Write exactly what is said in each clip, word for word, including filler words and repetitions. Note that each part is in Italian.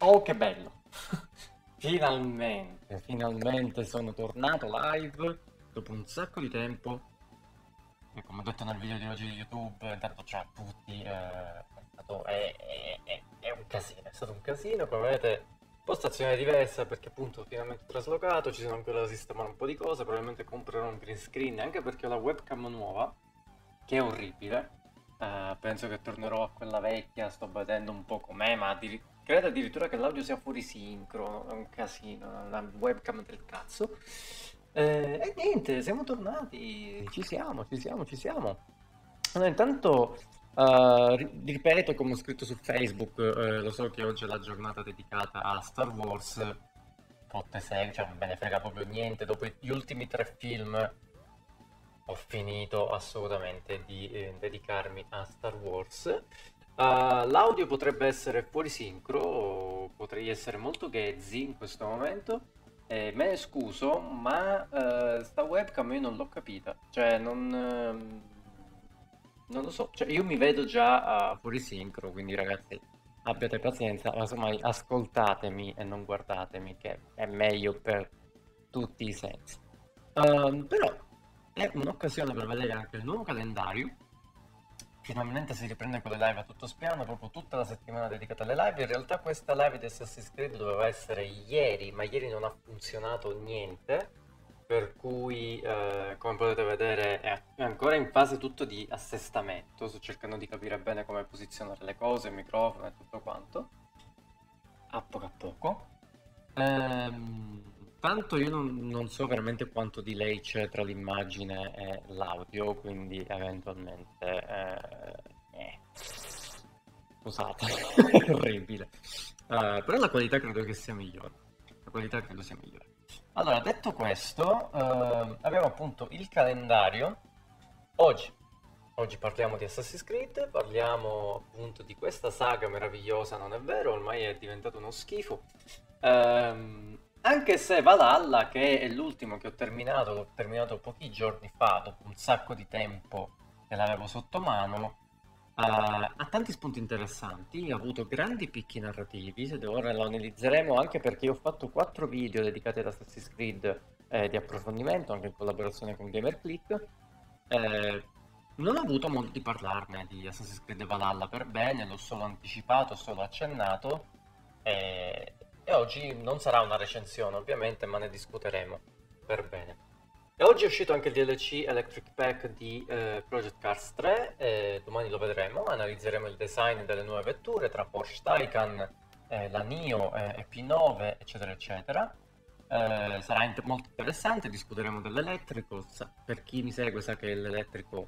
Oh, che bello! Finalmente, finalmente sono tornato live dopo un sacco di tempo. E come ho detto nel video di oggi di YouTube, intanto ciao a tutti, eh, è stato, è, è- è- è un casino, è stato un casino, come vedete, postazione diversa perché appunto finalmente ho traslocato, ci sono ancora da sistemare un po' di cose, probabilmente comprerò un green screen anche perché ho la webcam nuova, che è orribile. Eh, penso che tornerò a quella vecchia, sto vedendo un po' com'è, ma addiri- credo addirittura che l'audio sia fuori sincro, è un casino, una webcam del cazzo. Eh, e niente, siamo tornati, ci siamo, ci siamo, ci siamo. Allora, intanto, eh, ri- ripeto, come ho scritto su Facebook, eh, lo so che oggi è la giornata dedicata a Star Wars, fotte se, cioè non me ne frega proprio niente, dopo gli ultimi tre film ho finito assolutamente di eh, dedicarmi a Star Wars. Eh, l'audio potrebbe essere fuori sincro, potrei essere molto ghezzi in questo momento. Eh, me ne scuso, ma eh, sta webcam io non l'ho capita. Cioè, non, ehm, non lo so. Cioè, io mi vedo già a fuori sincro, quindi ragazzi, abbiate pazienza, ma insomma, ascoltatemi e non guardatemi, che è meglio per tutti i sensi. Ehm, però è un'occasione per vedere anche il nuovo calendario. Finalmente si riprende con le live a tutto spiano, proprio tutta la settimana dedicata alle live. In realtà questa live di Assassin's Creed doveva essere ieri, ma ieri non ha funzionato niente, per cui eh, come potete vedere è è ancora in fase tutto di assestamento, sto cercando di capire bene come posizionare le cose, il microfono e tutto quanto, a poco a poco. Ehm, tanto io non, non so veramente quanto delay c'è tra l'immagine e l'audio, quindi eventualmente... eh, eh, scusate, è orribile. Eh, però la qualità credo che sia migliore. La qualità credo sia migliore. Allora, detto questo, ehm, abbiamo appunto il calendario. Oggi, oggi parliamo di Assassin's Creed, parliamo appunto di questa saga meravigliosa, non è vero? Ormai è diventato uno schifo. Ehm, anche se Valhalla, che è l'ultimo che ho terminato, l'ho terminato pochi giorni fa, dopo un sacco di tempo che l'avevo sotto mano, eh, ha tanti spunti interessanti, ha avuto grandi picchi narrativi, se ora lo analizzeremo anche perché io ho fatto quattro video dedicati ad Assassin's Creed eh, di approfondimento, anche in collaborazione con GamerClick. Eh, non ho avuto modo di parlarne di Assassin's Creed Valhalla per bene, l'ho solo anticipato, ho solo accennato e, e oggi non sarà una recensione ovviamente, ma ne discuteremo per bene. E oggi è uscito anche il D L C Electric Pack di eh, Project Cars tre, e domani lo vedremo, analizzeremo il design delle nuove vetture tra Porsche Taycan, eh, la Nio eh, e P nove, eccetera, eccetera. Eh, sarà int- molto interessante, discuteremo dell'elettrico. Sa- per chi mi segue sa che l'elettrico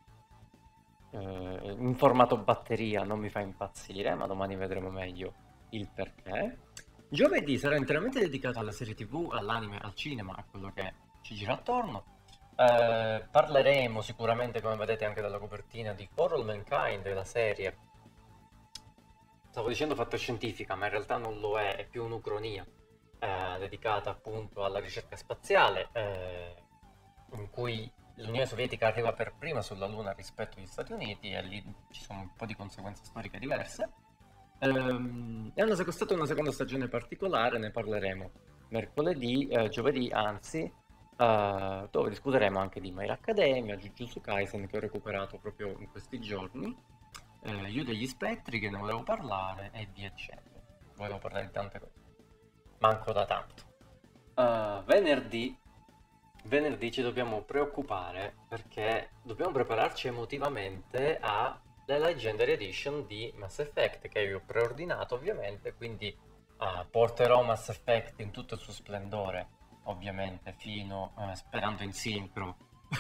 eh, in formato batteria non mi fa impazzire, ma domani vedremo meglio il perché. Giovedì sarà interamente dedicato alla serie T V, all'anime, al cinema, a quello che ci gira attorno. Eh, parleremo sicuramente, come vedete anche dalla copertina, di For All Mankind, la serie. Stavo dicendo fantascientifica, ma in realtà non lo è, è più un'ucronia eh, dedicata appunto alla ricerca spaziale, eh, in cui l'Unione Sovietica arriva per prima sulla Luna rispetto agli Stati Uniti e lì ci sono un po' di conseguenze storiche diverse. Ehm, è una, stata una seconda stagione particolare, ne parleremo mercoledì, eh, giovedì anzi, eh, dove discuteremo anche di My Hero Academia, Jujutsu Kaisen che ho recuperato proprio in questi giorni, eh, io degli spettri che ne volevo parlare e via dicendo. Volevo parlare di tante cose. Manco da tanto. Uh, venerdì, venerdì ci dobbiamo preoccupare perché dobbiamo prepararci emotivamente alle Legendary Edition di Mass Effect che io ho preordinato ovviamente, quindi uh, porterò Mass Effect in tutto il suo splendore, ovviamente, fino uh, sperando in sincro.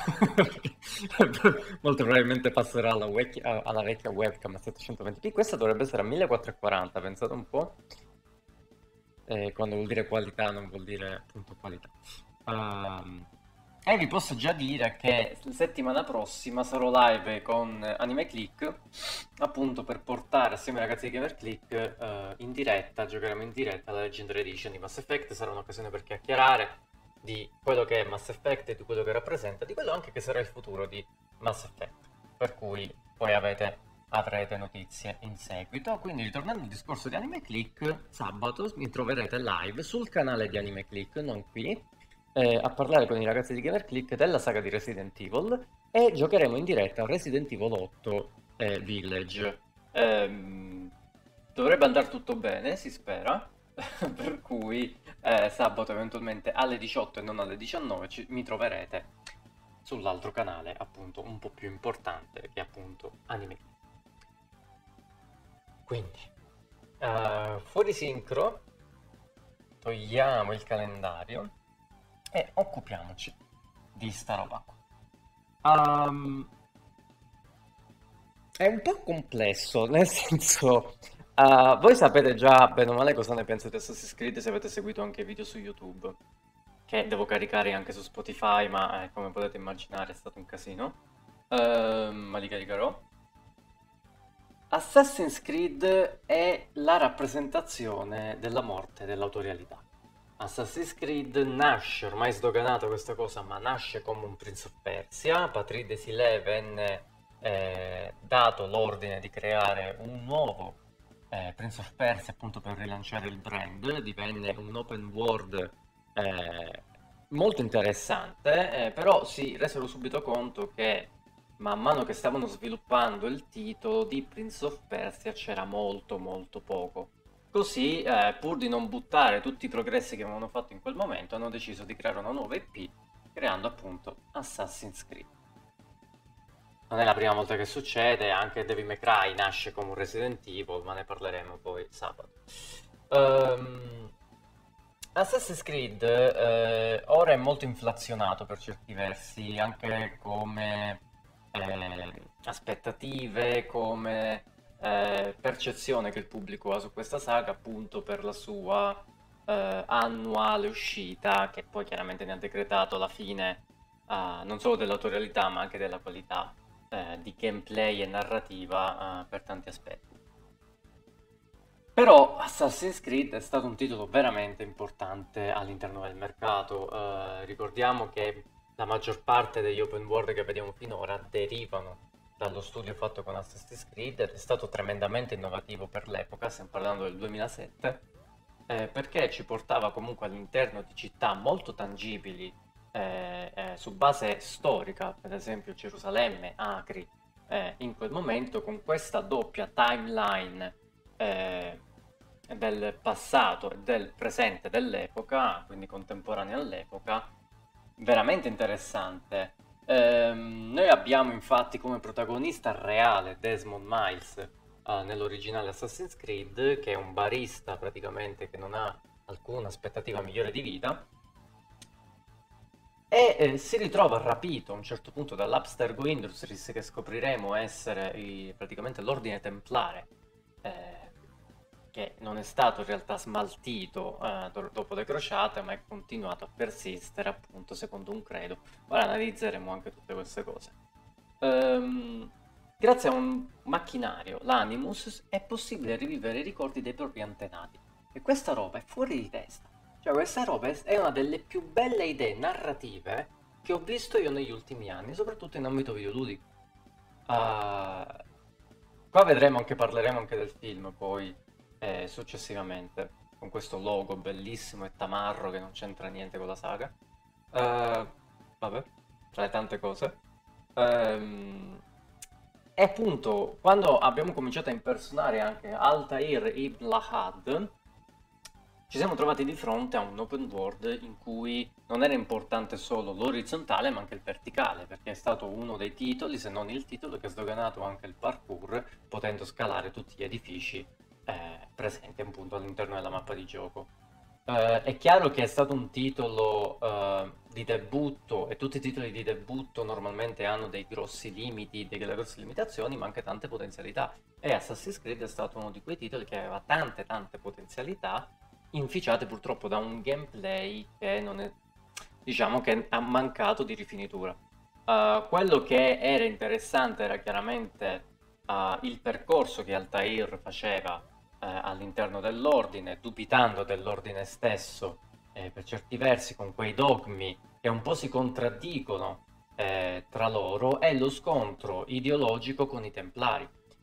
Molto probabilmente passerà alla, vecchia, alla vecchia webcam a settecentoventi p. Questa dovrebbe essere a millequattrocentoquaranta, pensate un po'. Eh, quando vuol dire qualità non vuol dire appunto qualità. Ehm, e vi posso già dire che la settimana prossima sarò live con Anime Click, appunto per portare assieme ai ragazzi di Gamer Click eh, in diretta, giocheremo in diretta la Legendary Edition di Mass Effect, sarà un'occasione per chiacchierare di quello che è Mass Effect e di quello che rappresenta, di quello anche che sarà il futuro di Mass Effect. Per cui poi avete avrete notizie in seguito. Quindi ritornando al discorso di Anime Click, sabato mi troverete live sul canale di Anime Click, non qui, eh, a parlare con i ragazzi di Gamer Click della saga di Resident Evil e giocheremo in diretta a Resident Evil otto eh, Village. Ehm, dovrebbe andare tutto bene, si spera, per cui eh, sabato eventualmente alle diciotto e non alle diciannove ci- mi troverete sull'altro canale, appunto un po' più importante, che è appunto Anime Click. Quindi, eh, fuori sincro, togliamo il calendario e occupiamoci di sta roba qua. Ehm, è un po' complesso, nel senso, eh, voi sapete già bene o male cosa ne penso di Assassin's Creed se avete seguito anche i video su YouTube, che devo caricare anche su Spotify, ma eh, come potete immaginare è stato un casino. Ehm, ma li caricherò. Assassin's Creed è la rappresentazione della morte dell'autorialità. Assassin's Creed nasce, ormai sdoganata questa cosa, ma nasce come un Prince of Persia. Patrick Desilets venne eh, dato l'ordine di creare un nuovo eh, Prince of Persia appunto per rilanciare il brand. Divenne un open world eh, molto interessante, eh, però si resero subito conto che man mano che stavano sviluppando il titolo di Prince of Persia c'era molto molto poco. Così, eh, pur di non buttare tutti i progressi che avevano fatto in quel momento, hanno deciso di creare una nuova I P, creando appunto Assassin's Creed. Non è la prima volta che succede, anche Devil May Cry nasce come un Resident Evil, ma ne parleremo poi sabato. Ehm, Assassin's Creed eh, ora è molto inflazionato per certi versi, anche come eh, aspettative, come eh, percezione che il pubblico ha su questa saga, appunto per la sua eh, annuale uscita, che poi chiaramente ne ha decretato la fine eh, non solo dell'autorialità, ma anche della qualità eh, di gameplay e narrativa eh, per tanti aspetti. Però Assassin's Creed è stato un titolo veramente importante all'interno del mercato. Eh, ricordiamo che la maggior parte degli open world che vediamo finora derivano dallo studio fatto con Assassin's Creed ed è stato tremendamente innovativo per l'epoca, stiamo parlando del duemilasette, eh, perché ci portava comunque all'interno di città molto tangibili eh, eh, su base storica, per esempio Gerusalemme, Acri, eh, in quel momento con questa doppia timeline eh, del passato e del presente dell'epoca, quindi contemporanea all'epoca, veramente interessante. Ehm, noi abbiamo infatti come protagonista reale Desmond Miles eh, nell'originale Assassin's Creed, che è un barista praticamente che non ha alcuna aspettativa migliore di vita e eh, si ritrova rapito a un certo punto dall'Abstergo Industries, che scopriremo essere i- praticamente l'ordine templare, eh, che non è stato in realtà smaltito eh, do- dopo le crociate, ma è continuato a persistere appunto secondo un credo. Ora analizzeremo anche tutte queste cose. Ehm, grazie a un macchinario, l'Animus, è possibile rivivere i ricordi dei propri antenati. E questa roba è fuori di testa. Cioè, questa roba è è una delle più belle idee narrative che ho visto io negli ultimi anni, soprattutto in ambito videoludico. Ah, qua vedremo anche, parleremo anche del film poi eh, successivamente, con questo logo bellissimo e tamarro che non c'entra niente con la saga. Eh, vabbè, tra le tante cose. Ehm, e appunto, quando abbiamo cominciato a impersonare anche Altair ibn Lahad, ci siamo trovati di fronte a un open world in cui non era importante solo l'orizzontale, ma anche il verticale, perché è stato uno dei titoli, se non il titolo, che ha sdoganato anche il parkour, potendo scalare tutti gli edifici eh, presenti appunto all'interno della mappa di gioco. Eh, è chiaro che è stato un titolo eh, di debutto e tutti i titoli di debutto normalmente hanno dei grossi limiti, delle grosse limitazioni, ma anche tante potenzialità. E Assassin's Creed è stato uno di quei titoli che aveva tante tante potenzialità, inficiate purtroppo da un gameplay che non è, diciamo che ha mancato di rifinitura. Uh, quello che era interessante era chiaramente uh, il percorso che Altair faceva uh, all'interno dell'ordine, dubitando dell'ordine stesso eh, per certi versi, con quei dogmi che un po' si contraddicono eh, tra loro, e lo scontro ideologico con i Templari,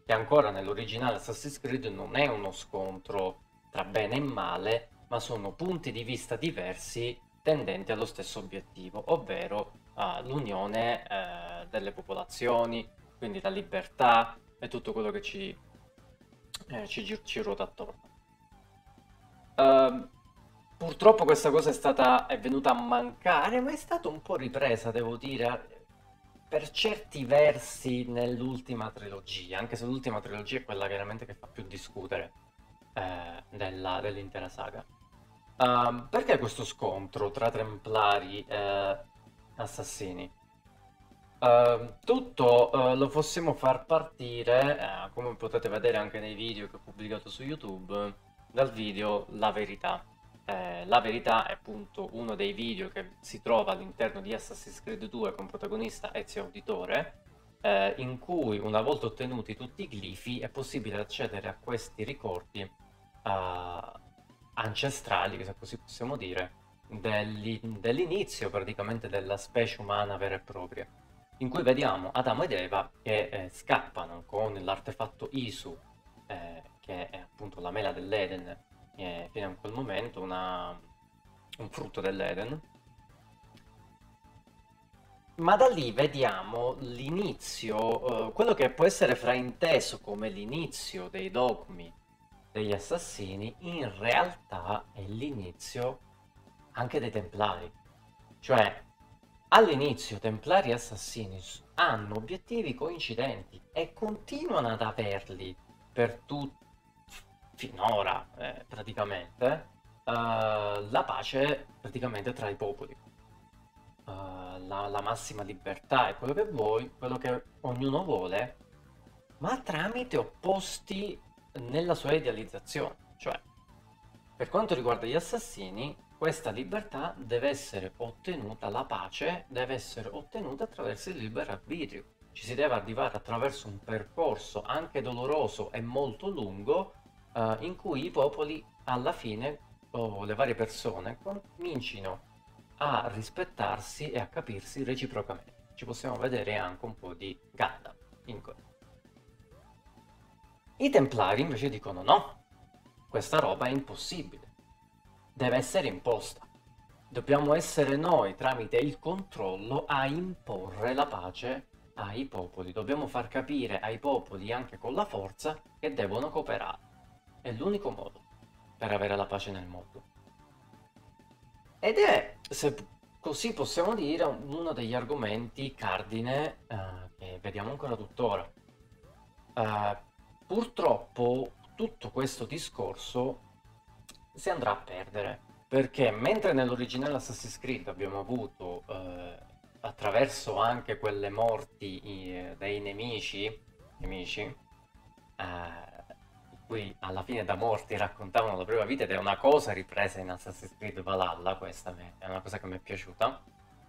che ancora nell'originale Assassin's Creed non è uno scontro tra bene e male, ma sono punti di vista diversi tendenti allo stesso obiettivo, ovvero uh, l'unione uh, delle popolazioni, quindi la libertà e tutto quello che ci, eh, ci, ci ruota attorno. Uh, purtroppo questa cosa è stata è venuta a mancare, ma è stata un po' ripresa, devo dire, per certi versi nell'ultima trilogia, anche se l'ultima trilogia è quella chiaramente che fa più discutere eh, della- dell'intera saga. Um, perché questo scontro tra Templari e Assassini? Uh, tutto uh, lo possiamo far partire, eh, come potete vedere anche nei video che ho pubblicato su YouTube, dal video La Verità. Eh, La Verità è appunto uno dei video che si trova all'interno di Assassin's Creed due con protagonista Ezio Auditore, eh, in cui una volta ottenuti tutti i glifi è possibile accedere a questi ricordi eh, ancestrali, se così possiamo dire, dell'i- dell'inizio praticamente della specie umana vera e propria in cui vediamo Adamo ed Eva che eh, scappano con l'artefatto Isu, eh, che è appunto la mela dell'Eden, eh, fino a quel momento una- un frutto dell'Eden. Ma da lì vediamo l'inizio, eh, quello che può essere frainteso come l'inizio dei dogmi degli assassini, in realtà è l'inizio anche dei Templari. Cioè, all'inizio Templari e Assassini s- hanno obiettivi coincidenti e continuano ad averli per tutti, finora, eh, praticamente, eh, la pace praticamente tra i popoli. Eh, la, la massima libertà è quello che vuoi, quello che ognuno vuole, ma tramite opposti nella sua idealizzazione. Cioè, per quanto riguarda gli assassini, questa libertà deve essere ottenuta, la pace deve essere ottenuta attraverso il libero arbitrio. Ci si deve arrivare attraverso un percorso anche doloroso e molto lungo, eh, in cui i popoli alla fine, o le varie persone, comincino a rispettarsi e a capirsi reciprocamente. Ci possiamo vedere anche un po' di Gundam in questo. I Templari invece dicono no, questa roba è impossibile, deve essere imposta. Dobbiamo essere noi, tramite il controllo, a imporre la pace ai popoli. Dobbiamo far capire ai popoli, anche con la forza, che devono cooperare. È l'unico modo per avere la pace nel mondo. Ed è, se così possiamo dire, uno degli argomenti cardine eh, che vediamo ancora tuttora. Eh, purtroppo tutto questo discorso si andrà a perdere perché mentre nell'originale Assassin's Creed abbiamo avuto eh, attraverso anche quelle morti eh, dei nemici, nemici eh, cui alla fine da morti raccontavano la propria vita ed è una cosa ripresa in Assassin's Creed Valhalla, questa me- è una cosa che mi è piaciuta.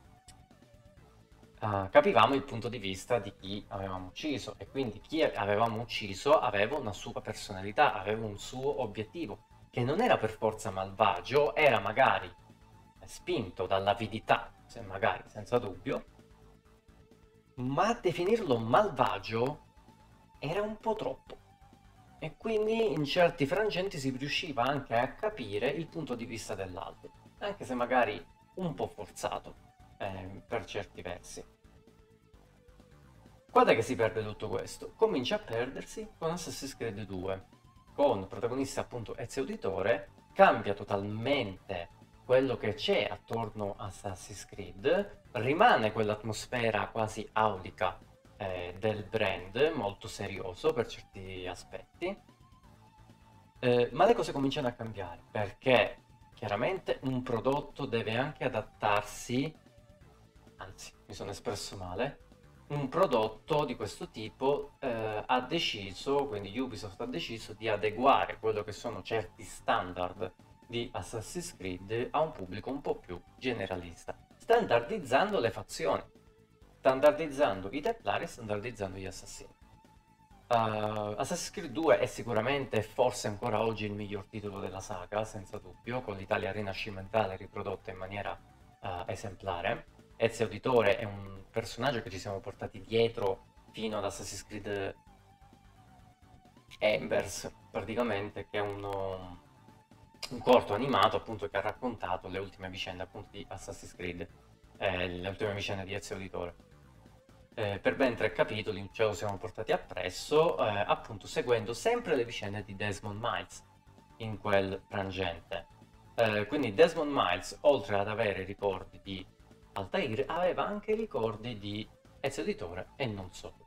Uh, capivamo il punto di vista di chi avevamo ucciso e quindi chi avevamo ucciso aveva una sua personalità, aveva un suo obiettivo, che non era per forza malvagio, era magari spinto dall'avidità, se magari senza dubbio, ma definirlo malvagio era un po' troppo. E quindi in certi frangenti si riusciva anche a capire il punto di vista dell'altro, anche se magari un po' forzato eh, per certi versi. Quando è che si perde tutto questo? Comincia a perdersi con Assassin's Creed due, con protagonista appunto Ezio Auditore, cambia totalmente quello che c'è attorno a Assassin's Creed, rimane quell'atmosfera quasi aulica eh, del brand, molto serioso per certi aspetti, eh, ma le cose cominciano a cambiare perché chiaramente un prodotto deve anche adattarsi, anzi mi sono espresso male, un prodotto di questo tipo eh, ha deciso, quindi Ubisoft ha deciso di adeguare quello che sono certi standard di Assassin's Creed a un pubblico un po' più generalista, standardizzando le fazioni, standardizzando i Templari e standardizzando gli assassini. Uh, Assassin's Creed due è sicuramente, forse ancora oggi, il miglior titolo della saga, senza dubbio, con l'Italia rinascimentale riprodotta in maniera uh, esemplare. Ezio Auditore è un personaggio che ci siamo portati dietro fino ad Assassin's Creed Embers, praticamente, che è uno, un corto animato appunto che ha raccontato le ultime vicende appunto di Assassin's Creed, eh, le ultime vicende di Ezio Auditore. Eh, per ben tre capitoli ce lo siamo portati appresso, eh, appunto seguendo sempre le vicende di Desmond Miles in quel frangente. Eh, quindi Desmond Miles, oltre ad avere ricordi di Altair, aveva anche ricordi di Ezio Auditore e non solo.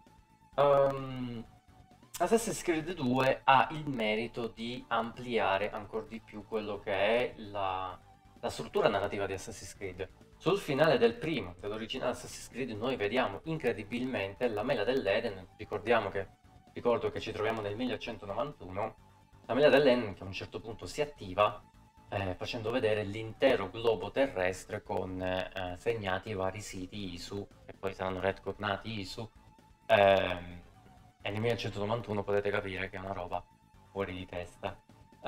Ehm, Assassin's Creed due ha il merito di ampliare ancora di più quello che è la, la struttura narrativa di Assassin's Creed. Sul finale del primo, dell'originale Assassin's Creed, noi vediamo incredibilmente la Mela dell'Eden. Ricordiamo che, ricordo che ci troviamo nel millecentonovantuno. La Mela dell'Eden che a un certo punto si attiva, eh, facendo vedere l'intero globo terrestre con eh, segnati i vari siti ISU, che poi saranno retconnati ISU. Ehm, e nel millecentonovantuno potete capire che è una roba fuori di testa.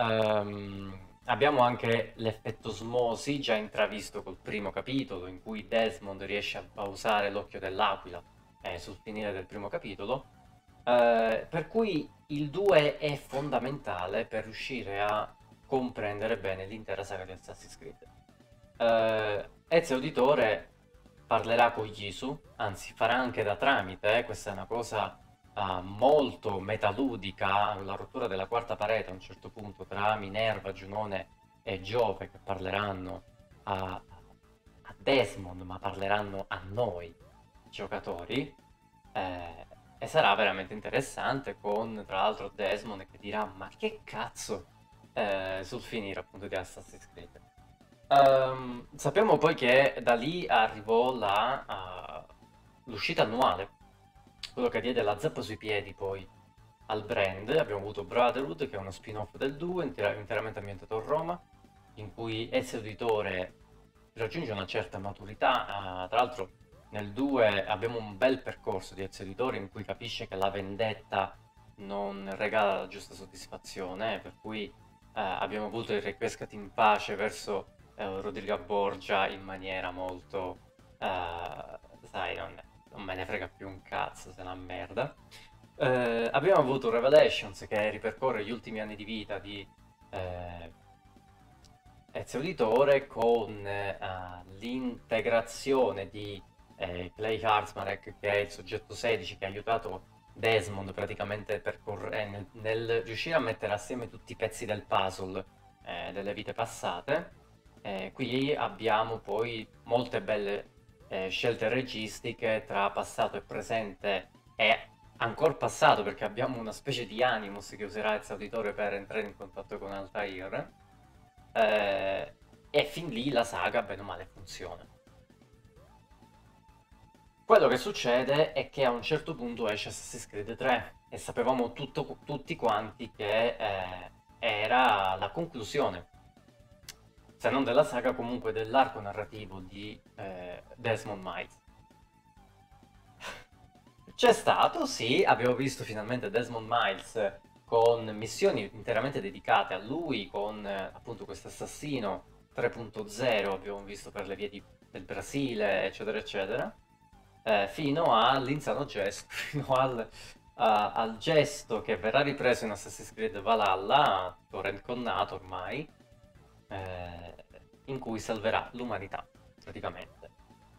Ehm, abbiamo anche l'effetto osmosi già intravisto col primo capitolo, in cui Desmond riesce a, a usare l'occhio dell'aquila eh, sul finire del primo capitolo. Eh, per cui il due è fondamentale per riuscire a comprendere bene l'intera saga di Assassin's Creed. Eh, Ezio Auditore parlerà con Yisu, anzi farà anche da tramite, eh, questa è una cosa eh, molto metaludica, la rottura della quarta parete a un certo punto tra Minerva, Giunone e Giove che parleranno a, a Desmond, ma parleranno a noi giocatori, eh, e sarà veramente interessante con tra l'altro Desmond che dirà ma che cazzo eh, sul finire appunto di Assassin's Creed. Ehm, sappiamo poi che da lì arrivò la, ah, l'uscita annuale, quello che diede la zappa sui piedi poi al brand. Abbiamo avuto Brotherhood, che è uno spin-off del due, inter- interamente ambientato a Roma, in cui Ezio Auditore raggiunge una certa maturità. Ah, tra l'altro nel due abbiamo un bel percorso di Ezio Auditore in cui capisce che la vendetta non regala la giusta soddisfazione, per cui eh, abbiamo avuto il requiescat in pace verso eh, Rodrigo Borgia in maniera molto, eh, sai, non, non me ne frega più un cazzo, se è una merda. Eh, abbiamo avuto Revelations che ripercorre gli ultimi anni di vita di eh, Ezio Auditore con eh, l'integrazione di eh, Clay Karsmarek, che è il soggetto sedici che ha aiutato Desmond praticamente percorre- eh, nel, nel riuscire a mettere assieme tutti i pezzi del puzzle eh, delle vite passate. Eh, qui abbiamo poi molte belle eh, scelte registiche tra passato e presente e ancora passato, perché abbiamo una specie di Animus che userà Ezio Auditore per entrare in contatto con Altair. Eh, e fin lì la saga, bene o male, funziona. Quello che succede è che a un certo punto esce Assassin's Creed tre e sapevamo tutto- tutti quanti che eh, era la conclusione, se non della saga, comunque dell'arco narrativo di eh, Desmond Miles. C'è stato, sì, abbiamo visto finalmente Desmond Miles con missioni interamente dedicate a lui, con eh, appunto questo assassino tre punto zero, abbiamo visto per le vie di- del Brasile, eccetera, eccetera, eh, fino all'insano gesto, fino al, a- al gesto che verrà ripreso in Assassin's Creed Valhalla, torrent connato ormai, eh, in cui salverà l'umanità, praticamente,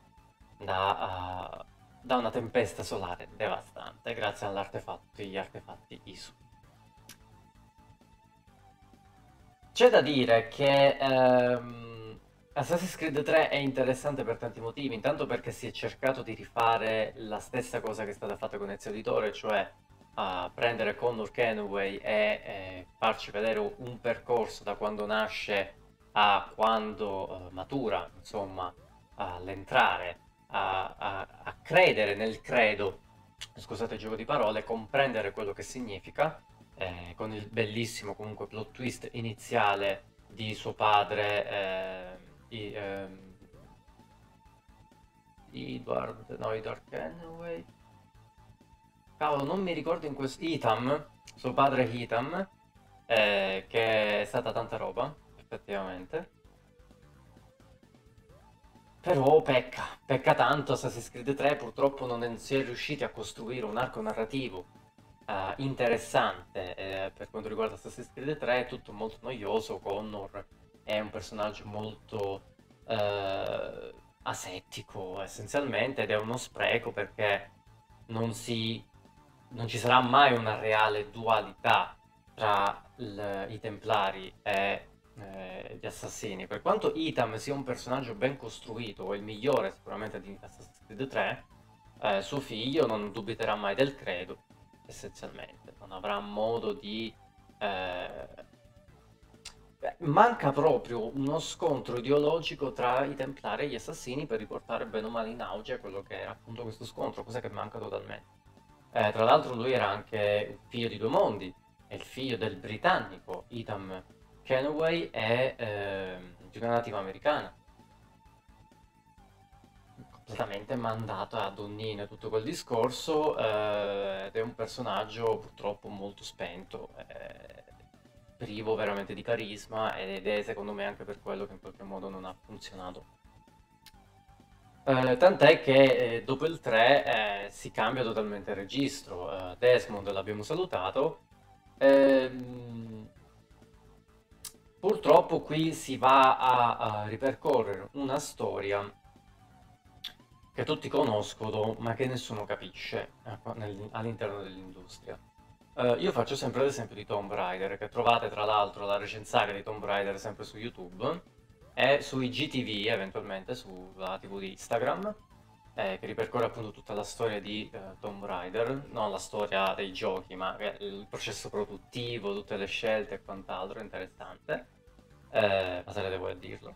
da, uh, da una tempesta solare devastante, grazie all'artefatto, gli artefatti ISU. C'è da dire che ehm, Assassin's Creed tre è interessante per tanti motivi, intanto perché si è cercato di rifare la stessa cosa che è stata fatta con Ezio Auditore, cioè a prendere Connor Kenway e eh, farci vedere un percorso da quando nasce a quando eh, matura, insomma, all'entrare, a, a- a credere nel credo, scusate il gioco di parole, comprendere quello che significa, eh, con il bellissimo comunque plot twist iniziale di suo padre, eh, i- ehm, Edward, no, Edward Kenway, cavolo, non mi ricordo in questo, Itham, suo padre Itham, eh, che è stata tanta roba, effettivamente. Però pecca, pecca tanto Assassin's Creed tre, purtroppo non si è riusciti a costruire un arco narrativo eh, interessante eh, per quanto riguarda Assassin's Creed tre, è tutto molto noioso. Connor è un personaggio molto eh, asettico essenzialmente, ed è uno spreco perché non si, non ci sarà mai una reale dualità tra il- i Templari e eh, gli Assassini. Per quanto Itham sia un personaggio ben costruito, o il migliore sicuramente di Assassin's Creed tre, eh, suo figlio non dubiterà mai del credo, essenzialmente. Non avrà modo di... eh, beh, manca proprio uno scontro ideologico tra i Templari e gli Assassini per riportare bene o male in auge quello che era appunto questo scontro, cosa che manca totalmente. Eh, tra l'altro lui era anche il figlio di due mondi, è il figlio del britannico Ethan Kenway e ehm, di una nativa americana, completamente mandato a donnine tutto quel discorso, eh, ed è un personaggio purtroppo molto spento, eh, privo veramente di carisma, ed è secondo me anche per quello che in qualche modo non ha funzionato. Eh, tant'è che eh, dopo il tre eh, si cambia totalmente il registro. Eh, Desmond l'abbiamo salutato. Ehm, Purtroppo qui si va a, a ripercorrere una storia che tutti conoscono, ma che nessuno capisce eh, qua- nel- all'interno dell'industria. Eh, io faccio sempre l'esempio di Tomb Raider, che trovate tra l'altro la recensione di Tomb Raider sempre su YouTube e sui G T V, eventualmente sulla T V di Instagram, eh, che ripercorre appunto tutta la storia di eh, Tomb Raider, non la storia dei giochi, ma eh, il processo produttivo, tutte le scelte e quant'altro, è interessante, eh, ma sarete voi a dirlo.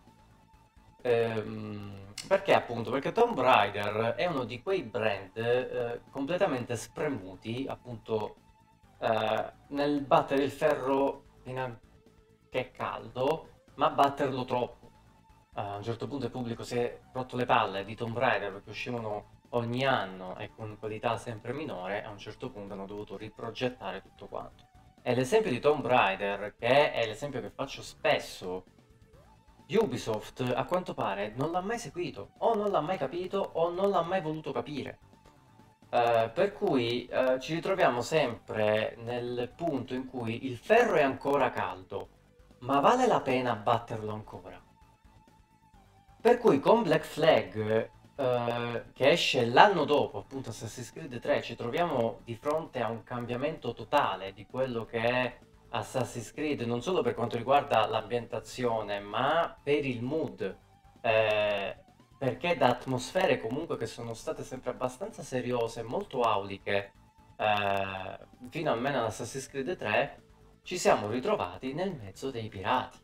Ehm, perché appunto? Perché Tomb Raider è uno di quei brand eh, completamente spremuti, appunto, eh, nel battere il ferro fino a che è caldo, ma batterlo troppo. Eh, a un certo punto il pubblico si è rotto le palle di Tomb Raider perché uscivano ogni anno e con qualità sempre minore, a un certo punto hanno dovuto riprogettare tutto quanto. E l'esempio di Tomb Raider, che è l'esempio che faccio spesso, Ubisoft a quanto pare non l'ha mai seguito, o non l'ha mai capito, o non l'ha mai voluto capire. Eh, per cui eh, ci ritroviamo sempre nel punto in cui il ferro è ancora caldo, ma vale la pena batterlo ancora? Per cui con Black Flag, eh, che esce l'anno dopo, appunto Assassin's Creed tre, ci troviamo di fronte a un cambiamento totale di quello che è Assassin's Creed, non solo per quanto riguarda l'ambientazione, ma per il mood. Eh, perché da atmosfere comunque che sono state sempre abbastanza seriose e molto auliche, eh, fino almeno ad Assassin's Creed tre, ci siamo ritrovati nel mezzo dei pirati.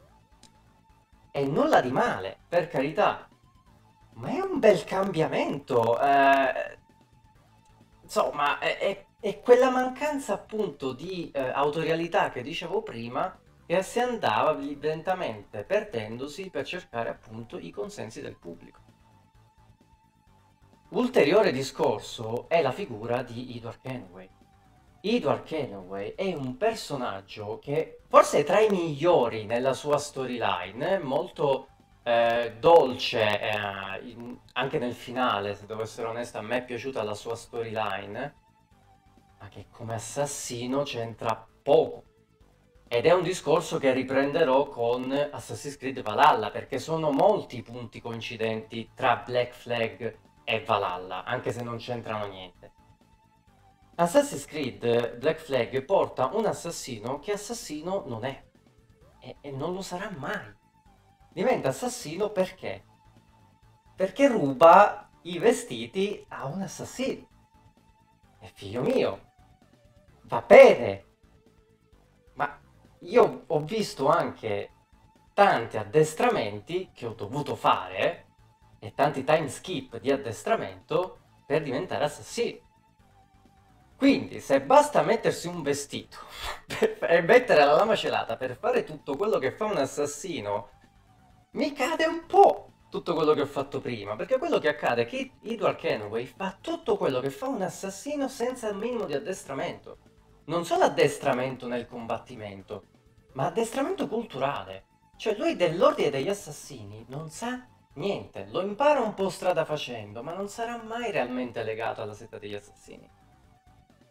E nulla di male, per carità, ma è un bel cambiamento. eh, insomma, è, è- è quella mancanza appunto di eh, autorialità che dicevo prima, che si andava lentamente perdendosi per cercare appunto i consensi del pubblico. Ulteriore discorso è la figura di Edward Kenway. Edward Kenway è un personaggio che forse è tra i migliori nella sua storyline, molto eh, dolce, eh, in- anche nel finale, se devo essere onesto, a me è piaciuta la sua storyline, ma che come assassino c'entra poco. Ed è un discorso che riprenderò con Assassin's Creed Valhalla, perché sono molti i punti coincidenti tra Black Flag e Valhalla, anche se non c'entrano niente. Assassin's Creed Black Flag porta un assassino che assassino non è e, e non lo sarà mai. Diventa assassino perché? Perché ruba i vestiti a un assassino. E figlio mio, va bene, ma io ho visto anche tanti addestramenti che ho dovuto fare e tanti time skip di addestramento per diventare assassino. Quindi, se basta mettersi un vestito per- e mettere la lama celata per fare tutto quello che fa un assassino, mi cade un po' tutto quello che ho fatto prima. Perché quello che accade è che Edward Kenway fa tutto quello che fa un assassino senza il minimo di addestramento. Non solo addestramento nel combattimento, ma addestramento culturale. Cioè, lui dell'ordine degli assassini non sa niente. Lo impara un po' strada facendo, ma non sarà mai realmente legato alla setta degli assassini.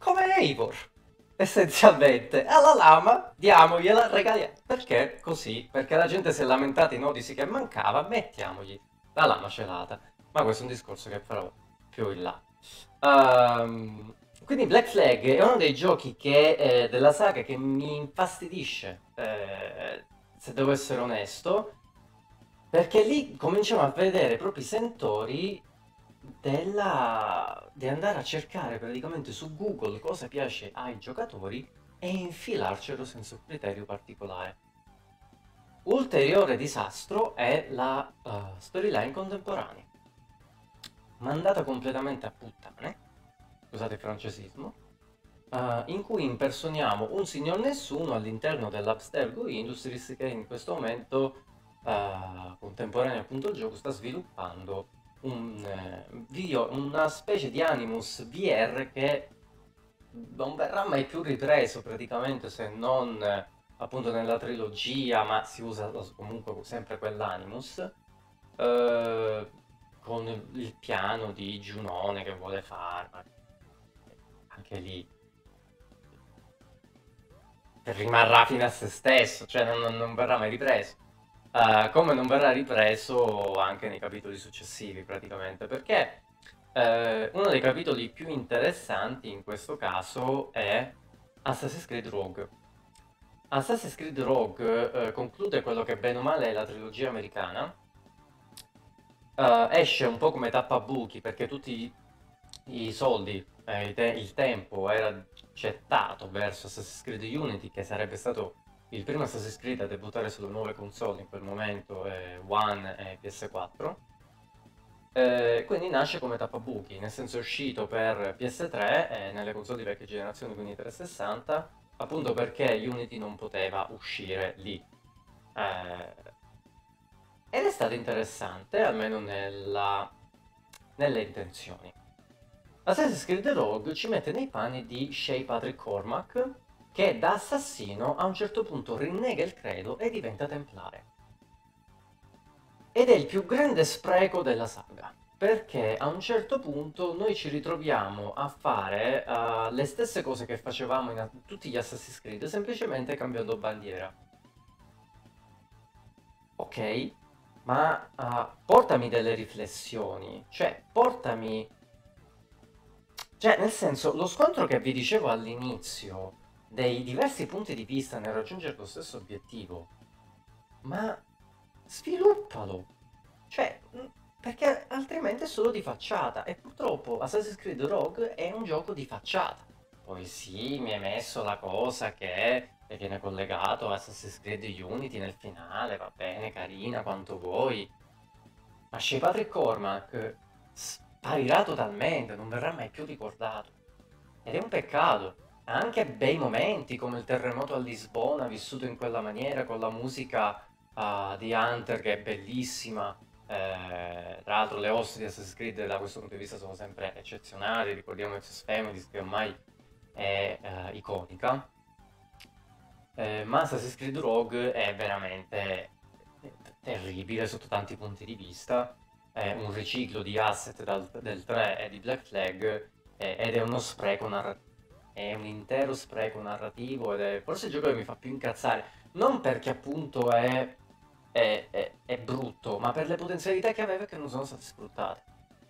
come Eivor, essenzialmente. Alla lama diamogliela, regaliamo. Perché così? Perché la gente si è lamentata in Odyssey che mancava, mettiamogli la lama celata. Ma questo è un discorso che farò più in là. Ehm, quindi Black Flag è uno dei giochi che, eh, della saga che mi infastidisce, eh, se devo essere onesto, perché lì cominciamo a vedere proprio i sentori della... di andare a cercare praticamente su Google cosa piace ai giocatori e infilarcelo senza un criterio particolare. Ulteriore disastro è la eh, storyline contemporanea, mandata completamente a puttane, scusate il francesismo, eh, in cui impersoniamo un signor nessuno all'interno dell'Abstergo Industries che in questo momento, eh, contemporaneo appunto al gioco, sta sviluppando un, eh, video, una specie di Animus V R che non verrà mai più ripreso praticamente se non eh, appunto nella trilogia, ma si usa comunque sempre quell'Animus, eh, con il piano di Giunone che vuole fare, ma anche lì rimarrà fine a se stesso, cioè non, non- non verrà mai ripreso. Eh, come non verrà ripreso anche nei capitoli successivi, praticamente, perché eh, uno dei capitoli più interessanti in questo caso è Assassin's Creed Rogue. Assassin's Creed Rogue eh, conclude quello che bene o male è la trilogia americana. Eh, esce un po' come tappabuchi perché tutti i soldi, eh, i te- il tempo era gettato verso Assassin's Creed Unity, che sarebbe stato il primo Assassin's Creed a debuttare sulle nuove console in quel momento, eh, One e P S quattro. Eh, quindi nasce come tappabuchi, nel senso è uscito per P S tre e nelle console di vecchia generazione, quindi trecentosessanta, appunto perché Unity non poteva uscire lì. Eh, ed è stato interessante, almeno nella- nelle intenzioni. Assassin's Creed Rogue ci mette nei panni di Shay Patrick Cormac, che da assassino a un certo punto rinnega il credo e diventa templare. Ed è il più grande spreco della saga, perché a un certo punto noi ci ritroviamo a fare eh, le stesse cose che facevamo in a- tutti gli Assassin's Creed, semplicemente cambiando bandiera. Ok, ma eh, portami delle riflessioni, cioè portami... Cioè, nel senso, lo scontro che vi dicevo all'inizio dei diversi punti di vista nel raggiungere lo stesso obiettivo, ma sviluppalo! Cioè, mh, perché altrimenti è solo di facciata e purtroppo Assassin's Creed Rogue è un gioco di facciata. Poi sì, mi hai messo la cosa che viene collegato a Assassin's Creed Unity nel finale, va bene, carina quanto vuoi, ma Shea Patrick Cormac sparirà totalmente, non verrà mai più ricordato. Ed è un peccato. Ha anche bei momenti come il terremoto a Lisbona vissuto in quella maniera con la musica ah, di Hunter che è bellissima. Eh, tra l'altro le host di Assassin's Creed da questo punto di vista sono sempre eccezionali. Ricordiamo Access Families che ormai è eh, iconica. Eh, ma Assassin's Creed Rogue è veramente terribile sotto tanti punti di vista. È un riciclo di asset dal- del tre e di Black Flag eh, ed è uno spreco narrativo. È un intero spreco narrativo ed è forse il gioco che mi fa più incazzare. Non perché appunto è, è- è- è brutto, ma per le potenzialità che aveva e che non sono state sfruttate.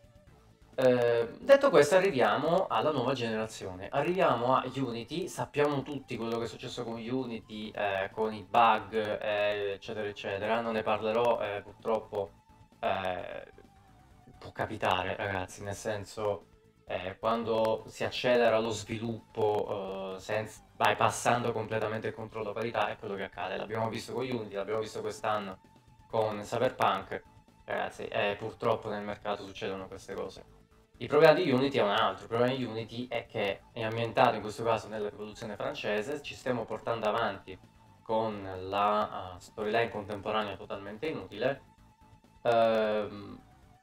Eh, detto questo, arriviamo alla nuova generazione. Arriviamo a Unity. Sappiamo tutti quello che è successo con Unity, eh, con i bug, eh, eccetera, eccetera. Non ne parlerò, eh, purtroppo. eh, Può capitare, ragazzi, nel senso, eh, quando si accelera lo sviluppo, eh, senza, bypassando completamente il controllo parità, è quello che accade. L'abbiamo visto con Unity, l'abbiamo visto quest'anno con Cyberpunk. Ragazzi, eh, purtroppo nel mercato succedono queste cose. Il problema di Unity è un altro, il problema di Unity è che è ambientato in questo caso nella rivoluzione francese, ci stiamo portando avanti con la uh, storyline contemporanea totalmente inutile, ehm,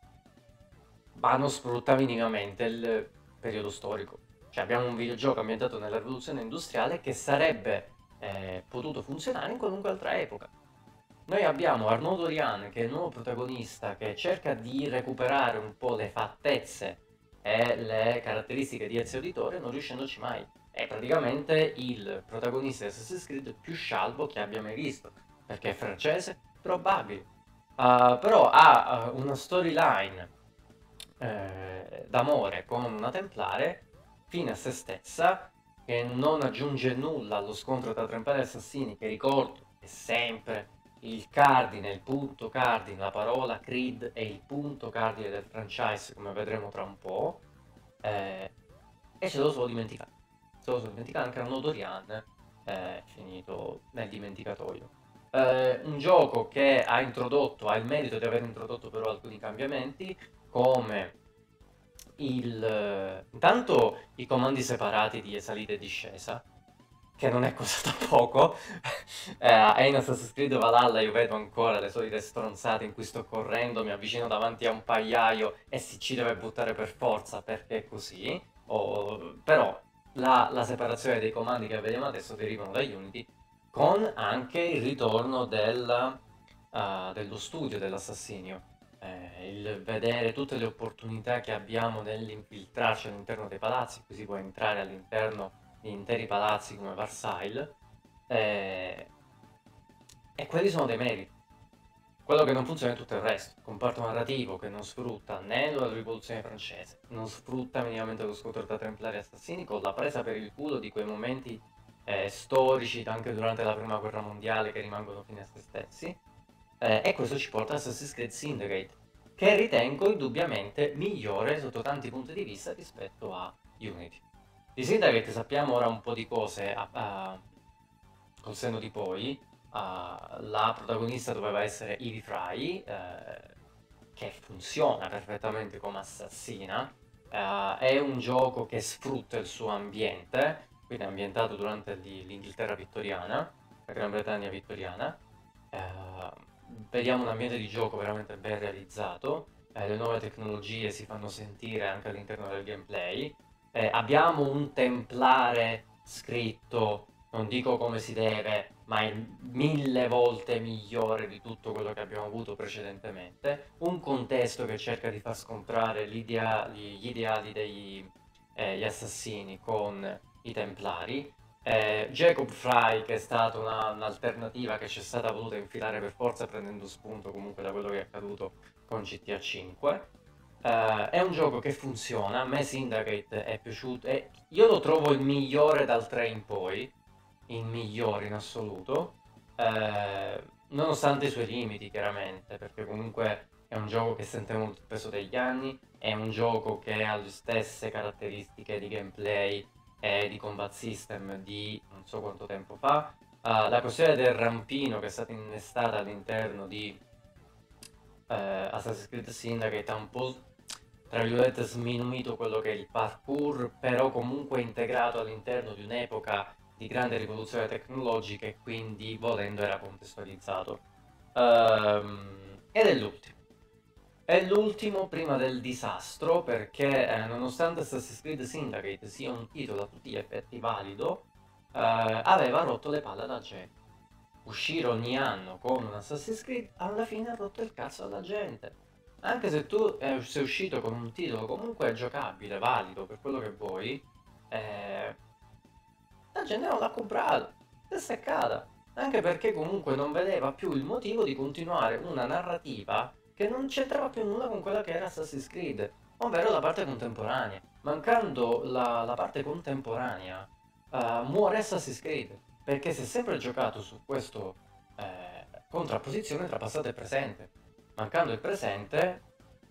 ma non sfrutta minimamente il periodo storico. Cioè abbiamo un videogioco ambientato nella rivoluzione industriale che sarebbe eh, potuto funzionare in qualunque altra epoca. Noi abbiamo Arnaud Dorian, che è il nuovo protagonista, che cerca di recuperare un po' le fattezze e le caratteristiche di Ezio Auditore, non riuscendoci mai. È praticamente il protagonista di Assassin's Creed più scialbo che abbia mai visto, perché è francese, probabile. Uh, però ha uh, una storyline eh, d'amore con una templare fine a se stessa, che non aggiunge nulla allo scontro tra templari e assassini, che ricordo è sempre il cardine, il punto cardine, la parola Creed è il punto cardine del franchise, come vedremo tra un po', eh, e ce lo sono dimenticato. Se lo sono dimenticato anche Arnaud Dorian, è finito nel dimenticatoio. Eh, un gioco che ha introdotto, ha il merito di aver introdotto però alcuni cambiamenti, come il, intanto i comandi separati di salita e discesa, che non è cosa da poco. eh, e in Assassin's Creed Valhalla io vedo ancora le solite stronzate in cui sto correndo, mi avvicino davanti a un pagliaio e si ci deve buttare per forza perché è così. O- però la, la separazione dei comandi che vediamo adesso derivano da Unity, con anche il ritorno del, uh, dello studio dell'assassinio. Eh, il vedere tutte le opportunità che abbiamo nell'infiltrarci all'interno dei palazzi, così puoi entrare all'interno di interi palazzi come Versailles, eh, e quelli sono dei meriti. Quello che non funziona è tutto il resto, il comparto narrativo che non sfrutta né la rivoluzione francese, non sfrutta minimamente lo scontro tra templari e assassini, con la presa per il culo di quei momenti eh, storici anche durante la prima guerra mondiale che rimangono fine a se stessi, eh, e questo ci porta a Assassin's Creed Syndicate, che ritengo indubbiamente migliore sotto tanti punti di vista rispetto a Unity. Di Syndicate sappiamo ora un po' di cose a, a, col senno di poi. Uh, la protagonista doveva essere Evie Fry, eh, che funziona perfettamente come assassina. Uh, è un gioco che sfrutta il suo ambiente, quindi è ambientato durante l'Inghilterra vittoriana, la Gran Bretagna vittoriana. Uh, vediamo un ambiente di gioco veramente ben realizzato, eh, le nuove tecnologie si fanno sentire anche all'interno del gameplay. Eh, abbiamo un templare scritto, non dico come si deve, ma è mille volte migliore di tutto quello che abbiamo avuto precedentemente. Un contesto che cerca di far scontrare l'idea- gli ideali degli eh, gli assassini con i templari. Eh, Jacob Fry, che è stata una- un'alternativa che c'è stata voluta infilare per forza, prendendo spunto comunque da quello che è accaduto con G T A cinque. Eh, è un gioco che funziona, a me Syndicate è piaciuto, e io lo trovo il migliore dal tre in poi, il migliore in assoluto, eh, nonostante i suoi limiti chiaramente, perché comunque è un gioco che sente molto il peso degli anni, è un gioco che ha le stesse caratteristiche di gameplay e di combat system di non so quanto tempo fa. Uh, la questione del rampino che è stata innestata all'interno di uh, Assassin's Creed Syndicate ha un po' tra virgolette sminuito quello che è il parkour, però comunque integrato all'interno di un'epoca di grande rivoluzione tecnologica e quindi volendo era contestualizzato. Um, ed è l'ultimo. È l'ultimo prima del disastro perché eh, nonostante Assassin's Creed Syndicate sia un titolo a tutti gli effetti valido, eh, aveva rotto le palle alla gente. Uscire ogni anno con un Assassin's Creed alla fine ha rotto il cazzo alla gente. Anche se tu eh, sei uscito con un titolo comunque giocabile, valido per quello che vuoi, eh, la gente non l'ha comprato, è seccata. Anche perché comunque non vedeva più il motivo di continuare una narrativa che non c'entrava più nulla con quella che era Assassin's Creed, ovvero la parte contemporanea. Mancando la, la parte contemporanea, eh, muore Assassin's Creed, perché si è sempre giocato su questo eh, contrapposizione tra passato e presente. Mancando il presente,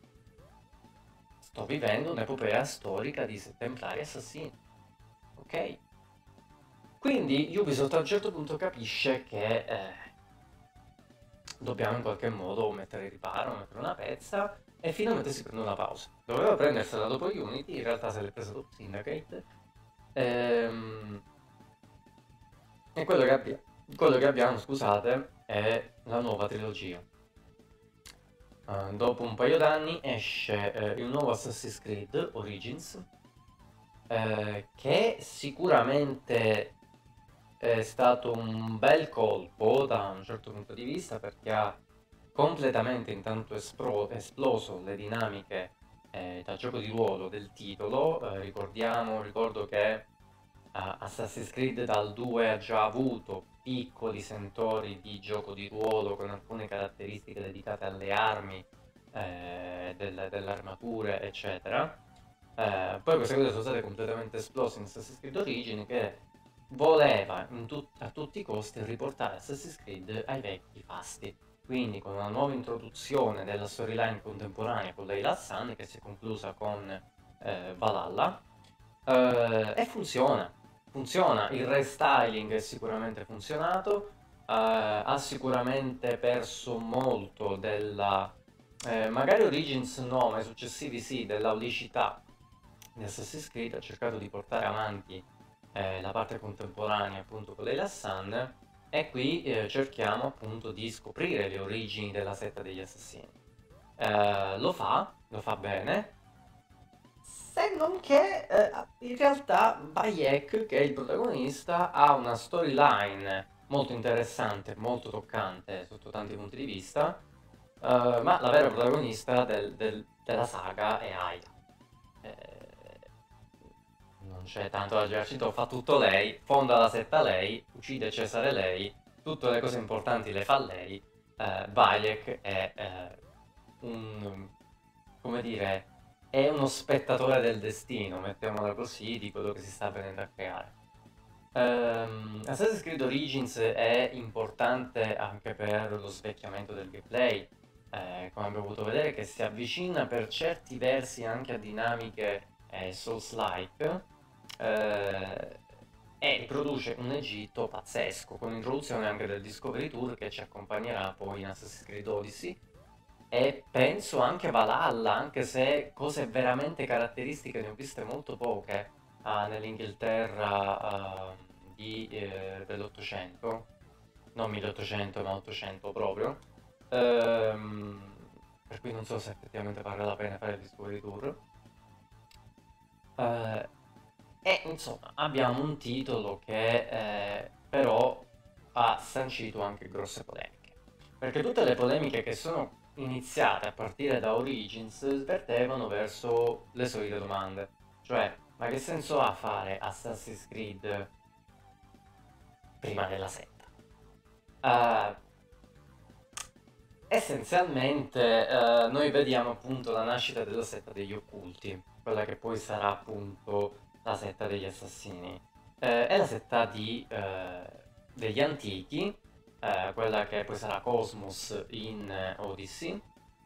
sto vivendo un'epopea storica di templari assassini. Ok? Quindi Ubisoft a un certo punto capisce che eh, dobbiamo in qualche modo mettere in riparo, mettere una pezza, e finalmente si prende una pausa. Doveva prendersela dopo Unity, in realtà se l'è presa dopo Syndicate. Ehm, e quello che, abbia- quello che abbiamo, scusate, è la nuova trilogia. Uh, dopo un paio d'anni esce eh, il nuovo Assassin's Creed Origins, eh, che sicuramente è stato un bel colpo da un certo punto di vista, perché ha completamente intanto espro- esploso le dinamiche eh, da gioco di ruolo del titolo. Eh, ricordiamo, ricordo che Uh, Assassin's Creed dal due ha già avuto piccoli sentori di gioco di ruolo con alcune caratteristiche dedicate alle armi, eh, del- delle armature, eccetera. Eh, poi queste cose sono state completamente esplose in Assassin's Creed Origin, che voleva in tut- a tutti i costi riportare Assassin's Creed ai vecchi fasti. Quindi con una nuova introduzione della storyline contemporanea con Layla Hassan, che si è conclusa con eh, Valhalla. Eh, e funziona, funziona, il restyling è sicuramente funzionato, eh, ha sicuramente perso molto della, eh, magari Origins no, ma i successivi sì, della unicità di Assassin's Creed. Ha cercato di portare avanti eh, la parte contemporanea appunto con Layla Sun, e qui eh, cerchiamo appunto di scoprire le origini della setta degli assassini. Eh, lo fa, lo fa bene, se non che eh, in realtà Bayek, che è il protagonista, ha una storyline molto interessante, molto toccante sotto tanti punti di vista, eh, ma la vera protagonista del- del- della saga è Aya. Eh, non c'è tanto da girarci intorno, fa tutto lei, fonda la setta lei, uccide Cesare lei, tutte le cose importanti le fa lei. eh, Bayek è eh, un, come dire, è uno spettatore del destino, mettiamola così, di quello che si sta venendo a creare. Ehm, Assassin's Creed Origins è importante anche per lo svecchiamento del gameplay, eh, come abbiamo potuto vedere, che si avvicina per certi versi anche a dinamiche eh, Souls-like, eh, e riproduce un Egitto pazzesco, con l'introduzione anche del Discovery Tour che ci accompagnerà poi in Assassin's Creed Odyssey, e penso anche Valhalla, anche se cose veramente caratteristiche ne ho viste molto poche ah, nell'Inghilterra ah, di, eh, dell'Ottocento, non milleottocento ma ottocento proprio. Ehm, per cui non so se effettivamente vale la pena fare il Discovery Tour. Eh, e insomma abbiamo un titolo che eh, però ha sancito anche grosse polemiche, perché tutte le polemiche che sono iniziate a partire da Origins vertevano verso le solite domande, cioè ma che senso ha fare Assassin's Creed prima della setta? Eh, essenzialmente eh, noi vediamo appunto la nascita della setta degli occulti, quella che poi sarà appunto la setta degli assassini. Eh, è la setta di, eh, degli antichi, eh, quella che poi sarà Cosmos in eh, Odyssey,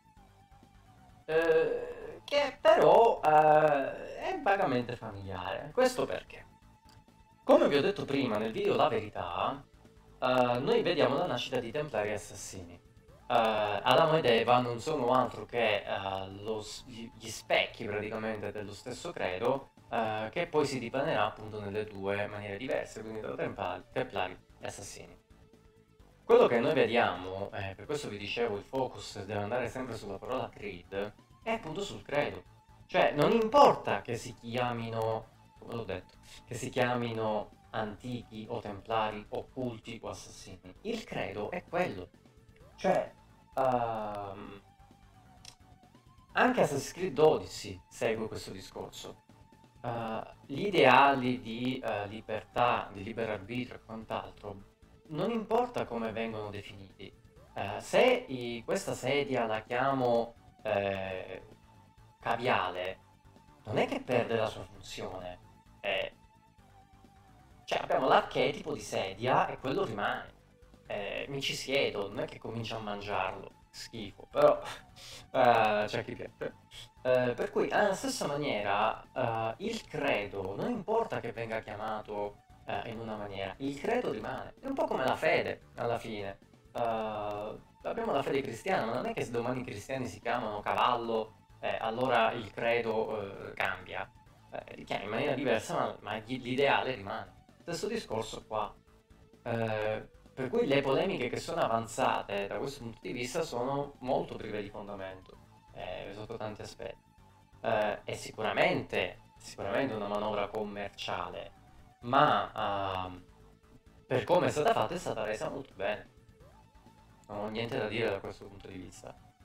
eh, che però eh, è vagamente familiare. Questo perché? Come vi ho detto prima nel video La Verità, eh, noi vediamo la nascita di Templari e Assassini. Eh, Adamo ed Eva non sono altro che eh, lo s- gli gli specchi praticamente dello stesso credo, eh, che poi si dipanerà appunto nelle due maniere diverse, quindi da Templari, Templari e Assassini. Quello che noi vediamo, eh, per questo vi dicevo, il focus deve andare sempre sulla parola creed, è appunto sul credo. Cioè, non importa che si chiamino, come l'ho detto, che si chiamino antichi o templari, occulti o assassini. Il credo è quello. Cioè, ehm, anche Assassin's Creed Odyssey segue questo discorso. Eh, gli ideali di eh, libertà, di libero arbitrio e quant'altro, non importa come vengono definiti. Eh, se i- questa sedia la chiamo eh, caviale, non è che perde la sua funzione. Eh, cioè abbiamo l'archetipo di sedia e quello rimane. Eh, mi ci siedo, non è che comincio a mangiarlo, schifo, però eh, c'è chi piace. Eh, per cui alla stessa maniera eh, il credo non importa che venga chiamato eh, in una maniera, il credo rimane. È un po' come la fede alla fine. Eh, abbiamo la fede cristiana, ma non è che se domani i cristiani si chiamano cavallo, eh, allora il credo eh, cambia. Eh, li chiami in maniera diversa, ma, ma gli- l'ideale rimane. Stesso discorso qua. Eh, per cui le polemiche che sono avanzate da questo punto di vista sono molto prive di fondamento, eh, sotto tanti aspetti. Eh, è sicuramente, sicuramente una manovra commerciale, ma ehm, per come è stata fatta è stata resa molto bene. Non ho niente da dire da questo punto di vista.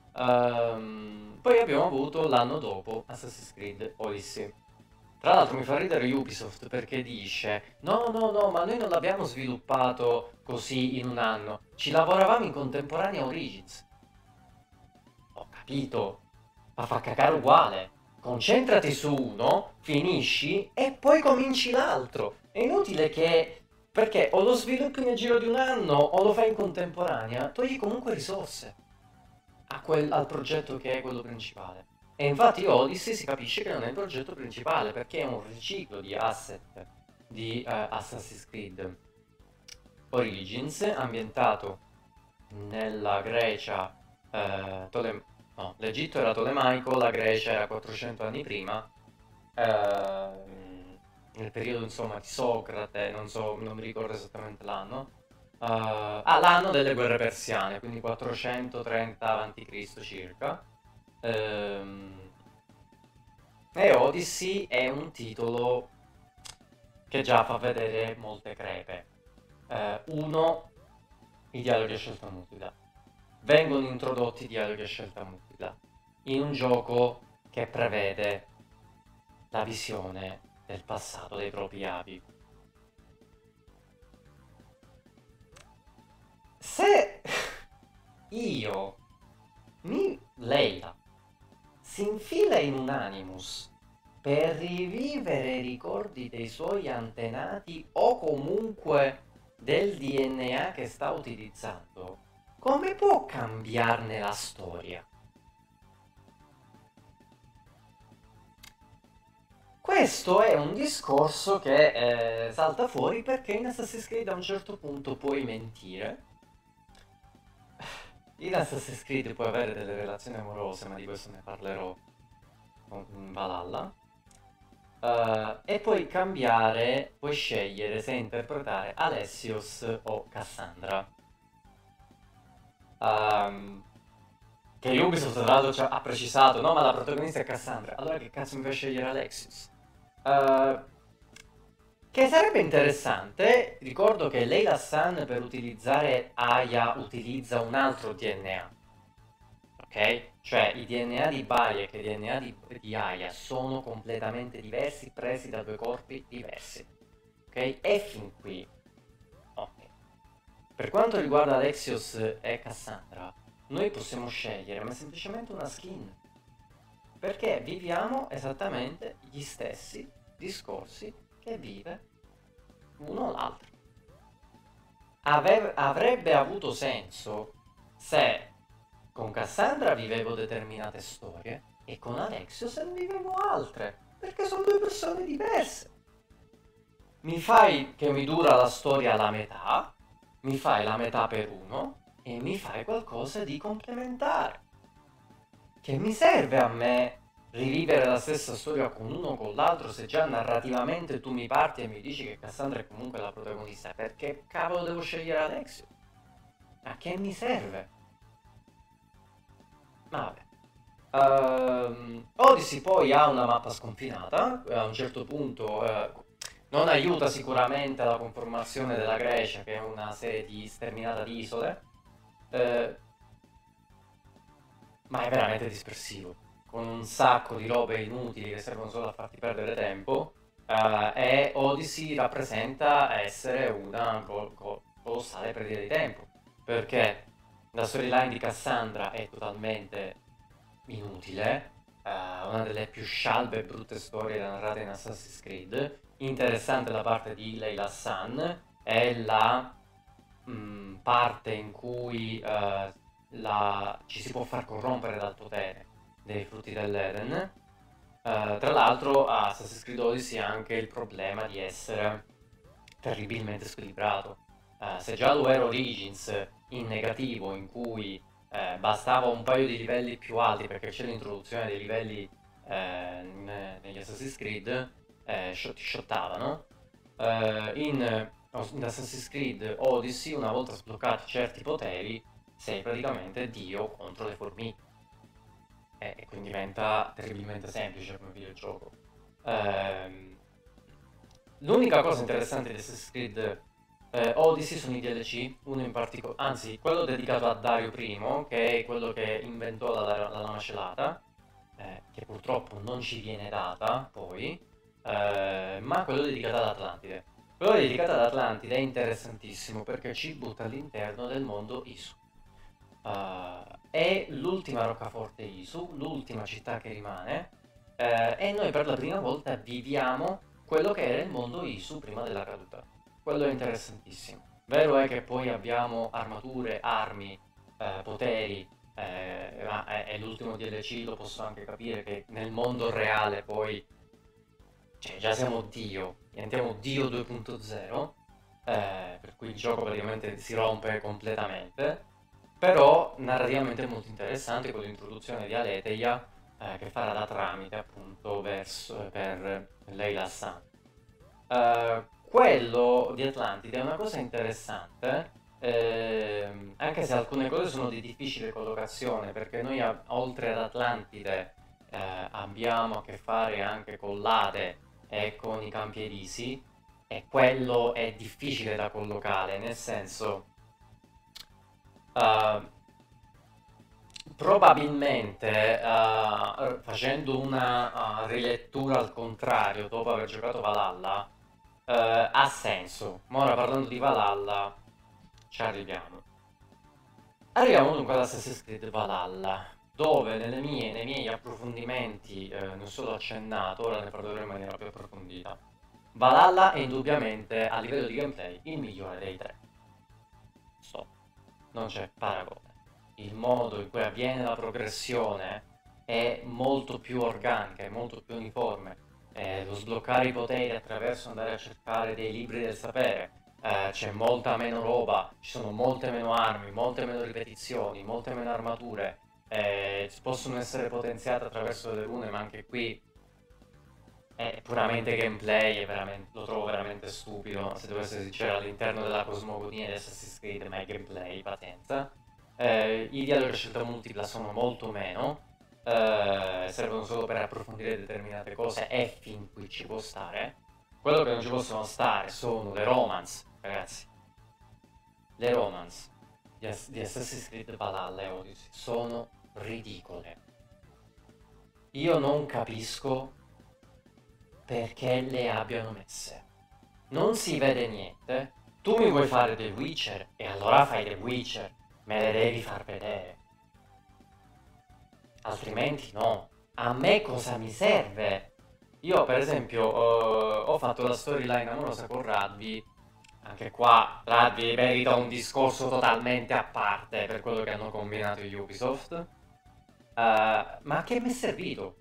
Ehm, poi abbiamo avuto l'anno dopo Assassin's Creed Odyssey. Tra l'altro mi fa ridere Ubisoft perché dice: no, no, no, ma noi non l'abbiamo sviluppato così in un anno, ci lavoravamo in contemporanea a Origins. Ho capito, ma fa cacare uguale. Concentrati su uno, finisci e poi cominci l'altro. È inutile che... Perché o lo sviluppi nel giro di un anno o lo fai in contemporanea, togli comunque risorse a quel- al progetto che è quello principale. E infatti Odyssey si capisce che non è il progetto principale perché è un riciclo di asset di eh, Assassin's Creed Origins ambientato nella Grecia, eh, Tole- no, l'Egitto era tolemaico, la Grecia era quattrocento anni prima, ehm, nel periodo insomma di Socrate, non so, non mi ricordo esattamente l'anno. Eh, ah, l'anno delle guerre persiane, quindi quattrocentotrenta avanti Cristo circa. Ehm, e Odyssey è un titolo che già fa vedere molte crepe. Eh, uno, i dialoghi a scelta multipla. Vengono introdotti i dialoghi a scelta multipla in un gioco che prevede la visione del passato dei propri avi. Se io mi Leila si infila in un Animus per rivivere i ricordi dei suoi antenati o comunque del D N A che sta utilizzando, come può cambiarne la storia? Questo è un discorso che eh, salta fuori perché in Assassin's Creed a un certo punto puoi mentire. In Assassin's Creed puoi avere delle relazioni amorose, ma di questo ne parlerò con Valhalla. Eh, e puoi cambiare, puoi scegliere se interpretare Alexios o Cassandra. Ehm, che Ubisoft tra l'altro ci ha ha precisato, no, ma la protagonista è Cassandra. Allora che cazzo mi fai scegliere Alexios? Eh, che sarebbe interessante, ricordo che Leila San per utilizzare Aya utilizza un altro D N A, ok? Cioè i D N A di Bayek e i D N A di, di Aya sono completamente diversi, presi da due corpi diversi, ok? E fin qui, ok. Per quanto riguarda Alexios e Cassandra, noi possiamo scegliere, ma è semplicemente una skin, perché viviamo esattamente gli stessi discorsi che vive uno o l'altro. Ave- avrebbe avuto senso se con Cassandra vivevo determinate storie e con Alexios ne vivevo altre, perché sono due persone diverse. Mi fai che mi dura la storia la metà, mi fai la metà per uno e mi fai qualcosa di complementare. Che mi serve a me rivivere la stessa storia con uno o con l'altro se già narrativamente tu mi parti e mi dici che Cassandra è comunque la protagonista? Perché cavolo devo scegliere Alexio? A che mi serve? Ma vabbè. Ehm, Odyssey poi ha una mappa sconfinata, a un certo punto eh, non aiuta sicuramente la conformazione della Grecia, che è una serie di sterminata di isole, eh, ma è veramente dispersivo, con un sacco di robe inutili che servono solo a farti perdere tempo. Eh, e Odyssey rappresenta essere una co- co- colossale perdita di tempo, perché la storyline di Cassandra è totalmente inutile, eh, una delle più scialbe e brutte storie narrate in Assassin's Creed. Interessante la parte di Layla San, è la mh, parte in cui eh, la- ci si può far corrompere dal potere dei frutti dell'Eden. Eh, tra l'altro a Assassin's Creed Odyssey ha anche il problema di essere terribilmente squilibrato. Eh, se già lo era Origins in negativo, in cui eh, bastava un paio di livelli più alti perché c'è l'introduzione dei livelli eh, in- negli Assassin's Creed, eh, shot- ti shottavano. Eh, in, in Assassin's Creed Odyssey, una volta sbloccati certi poteri, sei praticamente Dio contro le formiche. E, e quindi diventa terribilmente semplice come videogioco. Ehm, L'unica cosa interessante di Assassin's Creed Eh, Odyssey sono i D L C, uno in particolare, anzi, quello dedicato a Dario I, che è quello che inventò la, la, la lama celata, eh, che purtroppo non ci viene data poi, eh, ma quello dedicato ad Atlantide. Quello dedicato ad Atlantide è interessantissimo perché ci butta all'interno del mondo Isu. Uh, è l'ultima roccaforte Isu, l'ultima città che rimane, eh, e noi per la prima volta viviamo quello che era il mondo Isu prima della caduta. Quello è interessantissimo. Vero è che poi abbiamo armature, armi, eh, poteri, eh, ma è, è l'ultimo D L C, lo posso anche capire che nel mondo reale poi, cioè, già siamo Dio, diventiamo Dio due punto zero, eh, per cui il gioco praticamente si rompe completamente. Però narrativamente è molto interessante con l'introduzione di Aletheia, eh, che farà da tramite appunto verso, per Layla San. Eh, quello di Atlantide è una cosa interessante, ehm, anche se alcune cose sono di difficile collocazione, perché noi a- oltre ad Atlantide eh, abbiamo a che fare anche con l'Ade e con i Campi Elisi, e quello è difficile da collocare, nel senso... Uh, probabilmente uh, facendo una uh, rilettura al contrario dopo aver giocato Valhalla uh, ha senso. Ma ora parlando di Valhalla ci arriviamo. Arriviamo dunque ad Assassin's Creed Valhalla, dove nelle mie, nei miei approfondimenti eh, ne ho solo accennato, ora ne parlerò in maniera più approfondita. Valhalla è indubbiamente a livello di gameplay il migliore dei tre. Stop, non c'è paragone. Il modo in cui avviene la progressione è molto più organica, è molto più uniforme. Eh, lo sbloccare i poteri attraverso andare a cercare dei libri del sapere, eh, c'è molta meno roba, ci sono molte meno armi, molte meno ripetizioni, molte meno armature, eh, possono essere potenziate attraverso le rune, ma anche qui è puramente gameplay, è veramente, lo trovo veramente stupido, se devo essere sincero, all'interno della cosmogonia di Assassin's Creed, ma è gameplay, pazienza. Eh, I dialoghi a scelta multipla sono molto meno, eh, servono solo per approfondire determinate cose e fin qui ci può stare. Quello che non ci possono stare sono le romance, ragazzi. Le romance di, Ass- di Assassin's Creed Valhalla e Odyssey sono ridicole. Io non capisco perché le abbiano messe. Non si vede niente. Tu mi vuoi fare The Witcher e allora fai The Witcher, me le devi far vedere. Altrimenti no. A me cosa mi serve? Io per esempio eh, ho fatto la storyline amorosa con Radvi. Anche qua Radvi merita un discorso totalmente a parte per quello che hanno combinato Ubisoft. Eh, ma a che mi è servito?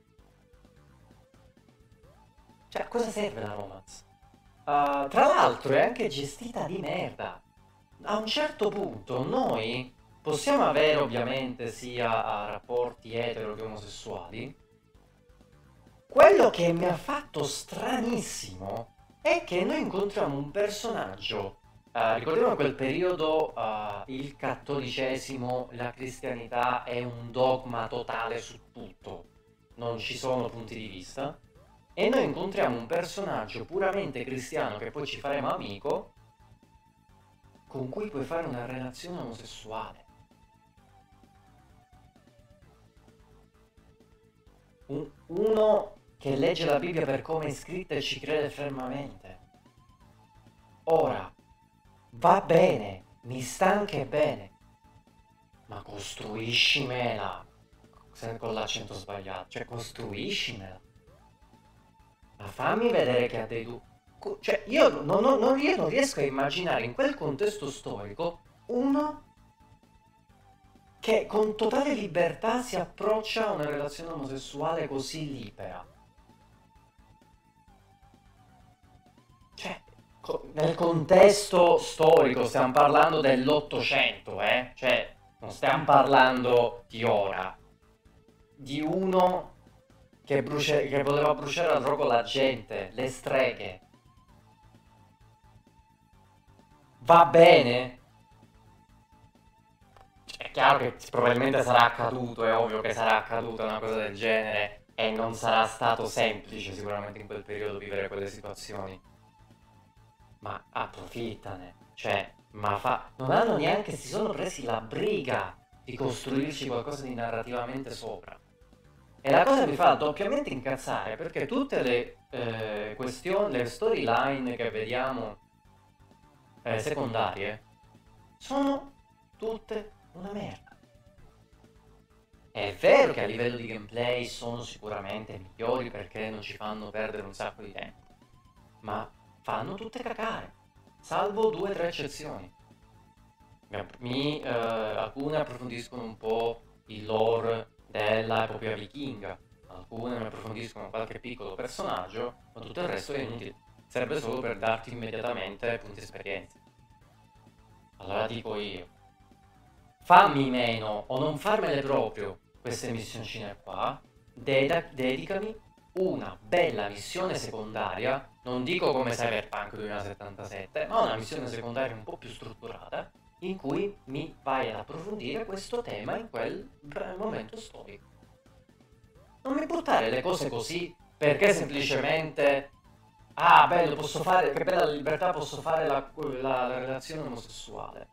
Cioè, a cosa serve la romance? Uh, tra l'altro è anche gestita di merda. A un certo punto noi possiamo avere ovviamente sia uh, rapporti etero che omosessuali. Quello che mi ha fatto stranissimo è che noi incontriamo un personaggio. Uh, ricordiamo quel periodo uh, il cattolicesimo, la cristianità è un dogma totale su tutto. Non ci sono punti di vista. E noi incontriamo un personaggio puramente cristiano che poi ci faremo amico, con cui puoi fare una relazione omosessuale. Un, uno che legge la Bibbia per come è scritta e ci crede fermamente. Ora, va bene, mi sta anche bene, ma costruiscimela, con l'accento sbagliato, cioè costruiscimela. Ma fammi vedere che ha dei dubbi. Cioè, io non, non- non- io non riesco a immaginare in quel contesto storico uno che con totale libertà si approccia a una relazione omosessuale così libera. Cioè, co- nel contesto storico stiamo parlando dell'Ottocento, eh? Cioè, non stiamo parlando di ora. Di uno che, brucia- che voleva bruciare al rogo la gente, le streghe. Va bene? È chiaro che probabilmente sarà accaduto, è ovvio che sarà accaduta una cosa del genere e non sarà stato semplice sicuramente in quel periodo vivere quelle situazioni. Ma approfittane. Cioè, ma fa... non hanno neanche, si sono presi la briga di costruirci qualcosa di narrativamente sopra. E la cosa mi fa doppiamente incazzare perché tutte le eh, questioni, le storyline che vediamo eh, secondarie sono tutte una merda. È vero che a livello di gameplay sono sicuramente migliori perché non ci fanno perdere un sacco di tempo, ma fanno tutte cacare, salvo due o tre eccezioni. Mi, eh, alcune approfondiscono un po' il lore della epopea vichinga, alcune ne approfondiscono qualche piccolo personaggio, ma tutto il resto è inutile. Serve solo per darti immediatamente punti esperienza. Allora dico io, fammi meno o non farmele proprio queste missioncine qua, ded- dedicami una bella missione secondaria, non dico come Cyberpunk duemilasettantasette, ma una missione secondaria un po' più strutturata, in cui mi vai ad approfondire questo tema in quel br- momento storico. Non mi buttare le cose così perché semplicemente ah bello posso fare, che bella libertà, posso fare la, la- la relazione omosessuale.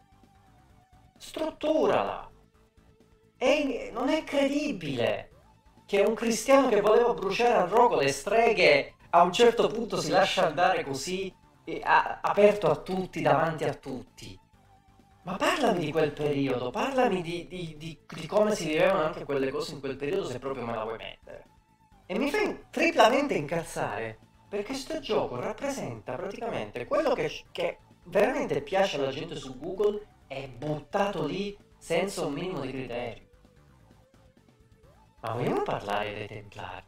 Strutturala. E non è credibile che un cristiano che voleva bruciare a rogo le streghe a un certo punto si lascia andare così eh, a- aperto a tutti, davanti a tutti. Ma parlami di quel periodo, parlami di, di- di- di come si vivevano anche quelle cose in quel periodo se proprio me la vuoi mettere. E mi fai triplamente incazzare perché sto gioco rappresenta praticamente quello che, che veramente piace alla gente su Google e buttato lì senza un minimo di criterio. Ma vogliamo parlare dei Templari?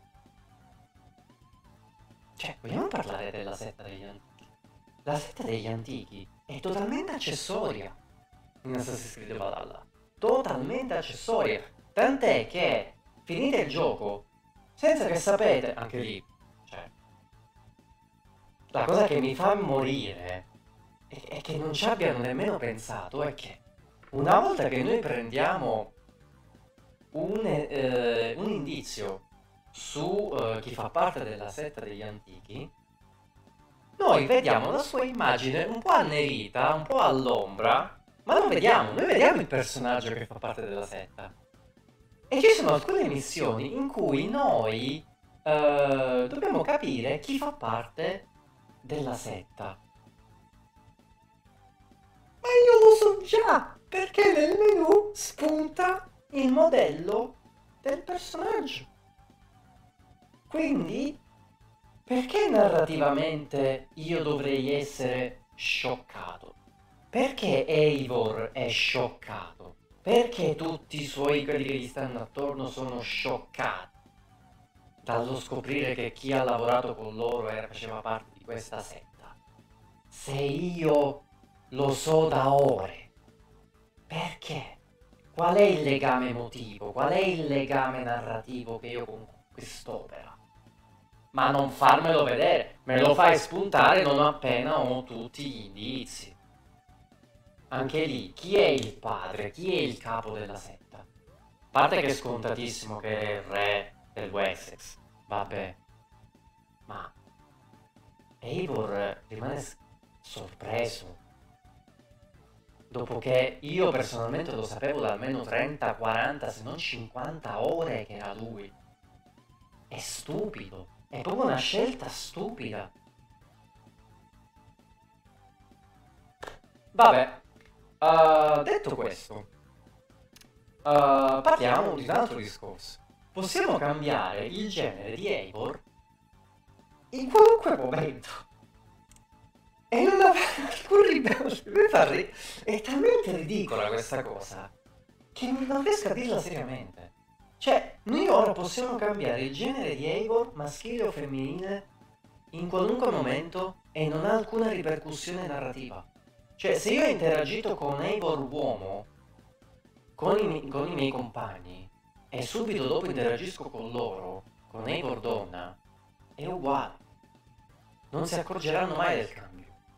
Cioè, vogliamo parlare della setta degli antichi? La setta degli antichi è totalmente accessoria in Assassin's Creed Valhalla. Totalmente accessoria. Tant'è che finite il gioco senza che sapete, anche lì, cioè, la cosa che mi fa morire è, è che non ci abbiano nemmeno pensato è che una volta che noi prendiamo un, eh, un indizio su eh, chi fa parte della setta degli antichi, noi vediamo la sua immagine un po' annerita, un po' all'ombra, ma non vediamo, noi vediamo il personaggio che fa parte della setta. E ci sono alcune missioni in cui noi eh, dobbiamo capire chi fa parte della setta. Ma io lo so già, perché nel menu spunta il modello del personaggio. Quindi, perché narrativamente io dovrei essere scioccato? Perché Eivor è scioccato? Perché tutti i suoi quelli che gli stanno attorno sono scioccati dallo scoprire che chi ha lavorato con loro era, faceva parte di questa setta? Se io lo so da ore, perché? Qual è il legame emotivo? Qual è il legame narrativo che io ho con quest'opera? Ma non farmelo vedere, me lo fai spuntare non appena ho tutti gli indizi. Anche lì, chi è il padre? Chi è il capo della setta? A parte che è scontatissimo che è il re del Wessex, vabbè, ma Eivor rimane s- sorpreso. Dopo che io personalmente lo sapevo da almeno trenta, quaranta, se non cinquanta ore che era lui. È stupido, è proprio una scelta stupida. Vabbè, uh, detto questo, uh, parliamo di un altro discorso. Possiamo cambiare il genere di Eivor in qualunque momento. E non avere alcun rimorso. È talmente ridicola questa cosa che non riesco a dirla seriamente. Cioè, noi ora possiamo cambiare il genere di Eivor, maschile o femminile, in qualunque momento e non ha alcuna ripercussione narrativa. Cioè, se io ho interagito con Eivor uomo, con i, mi- con i miei compagni, e subito dopo interagisco con loro, con Eivor donna, è uguale. Non si accorgeranno mai del cambio.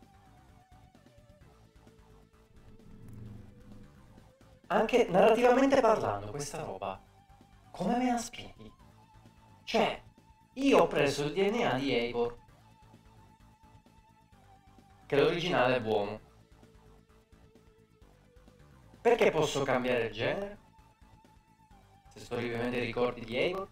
Anche narrativamente parlando, questa roba, come me la spieghi? Cioè, io ho preso il D N A di Eivor, che l'originale è uomo. Perché posso cambiare il genere? Se sto rivivendo i ricordi di Eivor?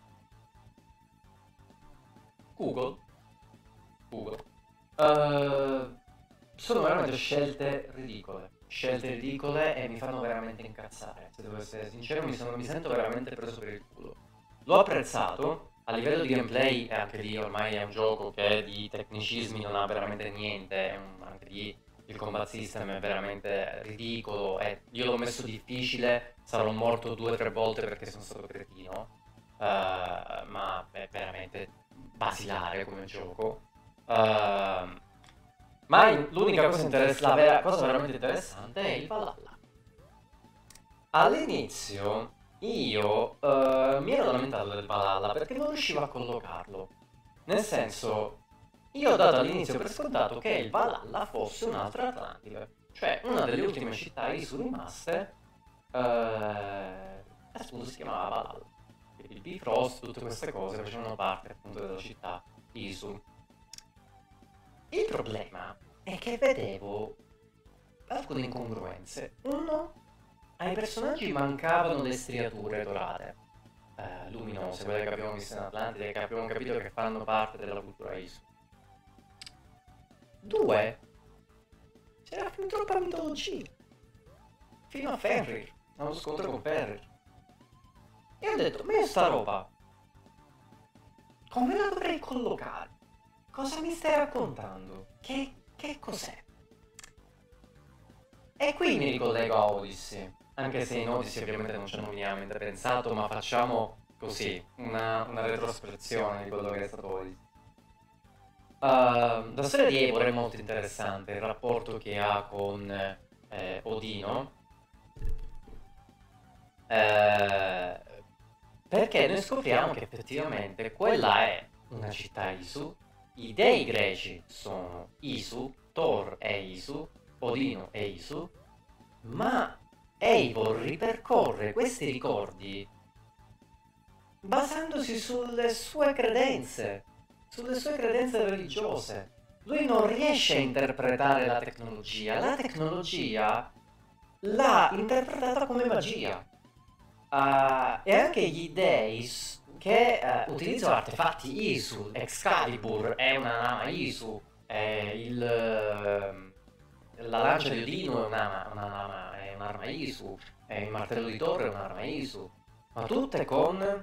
Google? Google. Uh, sono veramente scelte ridicole. Scelte ridicole e mi fanno veramente incazzare. Se devo essere sincero, mi, sono, mi sento veramente preso per il culo. L'ho apprezzato. A livello di gameplay, anche lì ormai è un gioco che di tecnicismi non ha veramente niente. È un, anche lì il combat system è veramente ridicolo. E io l'ho messo difficile. Sarò morto due o tre volte perché sono stato cretino. Uh, ma è veramente basilare come gioco. Uh, ma in- l'unica cosa interessante, la vera cosa veramente interessante è il Valhalla. All'inizio io uh, mi ero lamentato del Valhalla perché non riuscivo a collocarlo. Nel senso, io ho dato all'inizio per scontato che il Valhalla fosse un'altra Atlantide, cioè una delle ultime città ISU rimaste. Uh, appunto si chiamava Valhalla. Il Bifrost, tutte queste cose facevano parte appunto della città ISU. Il problema è che vedevo alcune incongruenze. Uno, ai personaggi mancavano le striature dorate, eh, luminose, quelle che abbiamo visto in Atlantide, che abbiamo capito che fanno parte della cultura ISU. Due, c'era fin troppa mitologia. Fino a Fenrir, allo scontro con Fenrir. E ho detto, ma io sta roba, come la dovrei collocare? Cosa mi stai raccontando? Che, che cos'è? E qui mi ricollego a Odyssey, anche se in Odyssey ovviamente non ci hanno minimamente pensato, ma facciamo così, una, una retrospezione di quello che è stato Odyssey. Uh, la storia di Eivor è molto interessante, il rapporto che ha con eh, Odino, eh, perché noi scopriamo che effettivamente quella è una città ISU. I dei greci sono ISU, Thor è ISU, Odino è ISU, ma Eivor ripercorre questi ricordi basandosi sulle sue credenze, sulle sue credenze religiose. Lui non riesce a interpretare la tecnologia, la tecnologia l'ha interpretata come magia. Uh, e anche gli dei che uh, utilizzano artefatti ISU, Excalibur è una lama ISU, eh, il, uh, la lancia di Odino è una, una lama, è un'arma ISU, eh, il martello di Thor è un'arma ISU, ma tutte con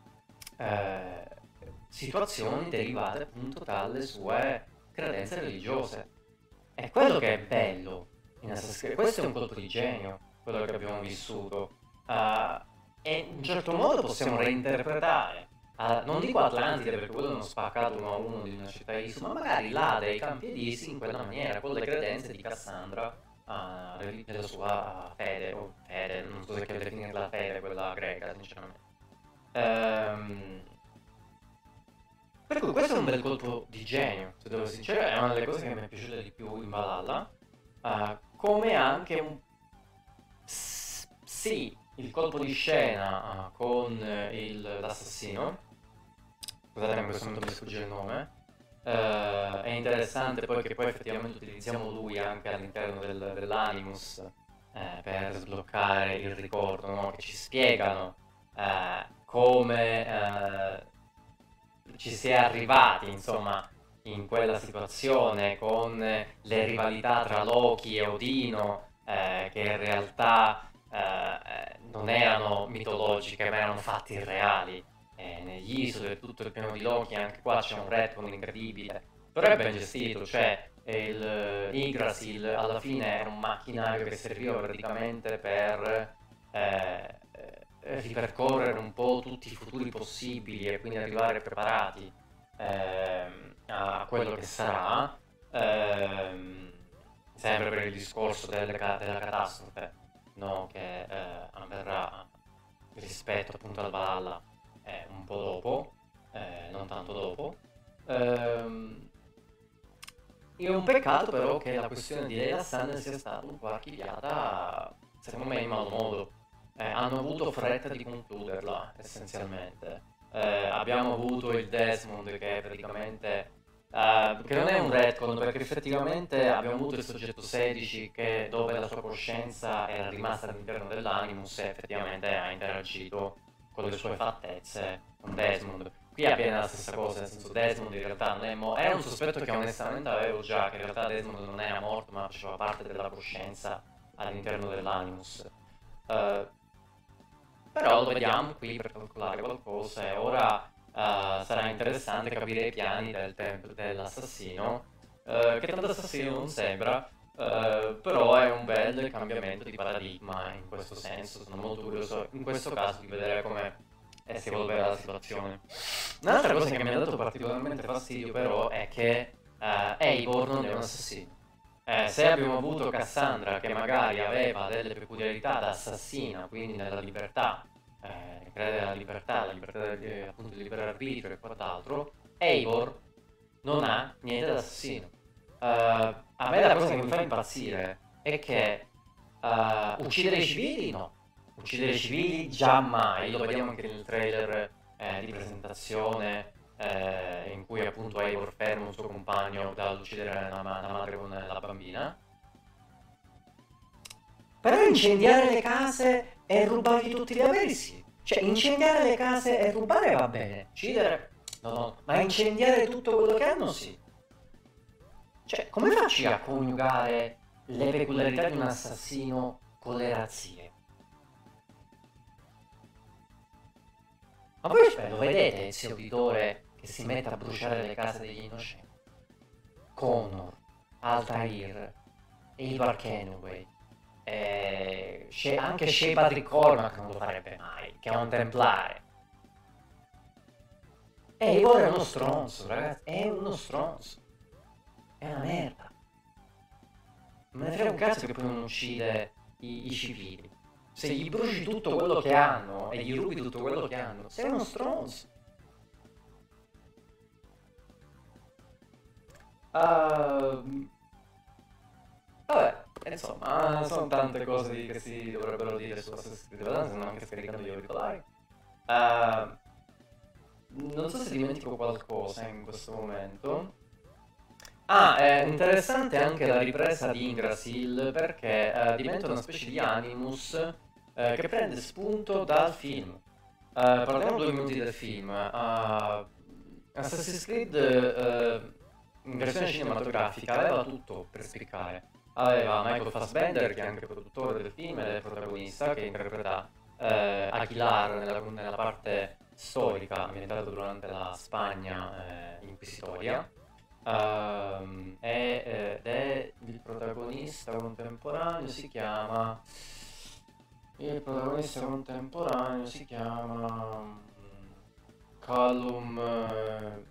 eh, situazioni derivate appunto dalle sue credenze religiose. È quello che è bello in Assassin's Creed. Questo è un colpo di genio, quello che abbiamo vissuto. Uh, e in un certo modo possiamo reinterpretare, uh, non dico Atlantide perché quello è uno spaccato uno a uno di una città ISU, ma magari là dei campi Elisi in quella maniera, con le credenze di Cassandra uh, nella sua uh, fede, o fede, non so se che definirla fede, quella greca, sinceramente. Um, per cui questo è un bel colpo di genio, se devo essere sincero, è una delle cose che mi è piaciuta di più in Valhalla, uh, come anche un... S- sì, il colpo di scena uh, con il, l'assassino, scusate in questo momento mi sfugge il nome, uh, è interessante poi che poi effettivamente utilizziamo lui anche all'interno del, dell'Animus eh, per sbloccare il ricordo, no? Che ci spiegano eh, come eh, ci si è arrivati insomma in quella situazione con le rivalità tra Loki e Odino eh, che in realtà eh, non erano mitologiche ma erano fatti reali eh, negli isole, tutto il piano di Loki, anche qua c'è un retcon incredibile, però è ben gestito, cioè il Yggdrasil alla fine era un macchinario che serviva praticamente per eh, eh, ripercorrere un po' tutti i futuri possibili e quindi arrivare preparati eh, a quello che sarà, eh, sempre per il discorso delle, della catastrofe, no? Che eh, avverrà rispetto appunto al Valhalla eh, un po' dopo, eh, non tanto dopo. Ehm, è un peccato però che la questione di Leila Sun sia stata un po' archiviata, secondo me in malo modo. Eh, hanno avuto fretta di concluderla, essenzialmente. Eh, abbiamo avuto il Desmond che praticamente Uh, che non è un retcon, perché effettivamente abbiamo avuto il soggetto sedici che, dove la sua coscienza era rimasta all'interno dell'Animus e effettivamente ha interagito con le sue fattezze con Desmond. Qui avviene la stessa cosa, nel senso Desmond in realtà non è morto. Era un sospetto che onestamente avevo già, che in realtà Desmond non era morto ma faceva parte della coscienza all'interno dell'Animus. Uh, però lo vediamo qui per calcolare qualcosa e ora uh, sarà interessante capire i piani del tempio dell'assassino, uh, che tanto assassino non sembra, uh, però è un bel cambiamento di paradigma in questo senso. Sono molto curioso in questo caso di vedere come eh, si evolverà la situazione. Un'altra cosa che mi ha dato particolarmente fastidio però è che uh, Eivor non è un assassino. Eh, se abbiamo avuto Cassandra che magari aveva delle peculiarità da assassina, quindi nella libertà, eh, crede nella libertà, la libertà del, eh, appunto di libero arbitrio e quant'altro, Eivor non ha niente da assassino. Uh, a me la cosa che mi fa impazzire è che uh, uccidere i civili no, uccidere i civili già mai, lo vediamo anche nel trailer eh, di presentazione, eh, in cui appunto Eivor ferma un suo compagno dall'uccidere la, ma- la madre con la bambina. Però incendiare le case e rubargli tutti gli averi sì. Cioè incendiare le case e rubare va bene, uccidere no, no, ma incendiare tutto quello che hanno sì. Cioè come faccio a coniugare le peculiarità di un assassino con le razzie? Ma poi aspetta, lo vedete il servitore che si mette a bruciare le case degli innocenti? Connor, Altair, Eivor Kenway, eh, Shea- anche Shea Patrick Cormac non lo farebbe mai, che è un templare. Eivor è uno stronzo, ragazzi, è uno stronzo. È una merda. Non me ne frega un cazzo che poi non uccide i, i civili. Se gli bruci tutto quello che hanno e gli rubi tutto quello che hanno, sei uno stronzo. Uh, vabbè, insomma, sono tante cose che si dovrebbero dire su Assassin's Creed Valhalla, stanno anche scaricando gli auricolari. Uh, non so se dimentico qualcosa in questo momento. Ah, è interessante anche la ripresa di Yggdrasil perché eh, diventa una specie di Animus eh, che prende spunto dal film. Eh, parliamo due minuti del film. Uh, Assassin's Creed eh, in versione cinematografica aveva tutto per spiccare. Aveva Michael Fassbender, che è anche produttore del film ed è protagonista, che interpreta eh, Aguilar nella, nella parte storica ambientata durante la Spagna eh, inquisitoria. Um, è, ed è il protagonista contemporaneo si chiama il protagonista contemporaneo si chiama mm, Callum eh,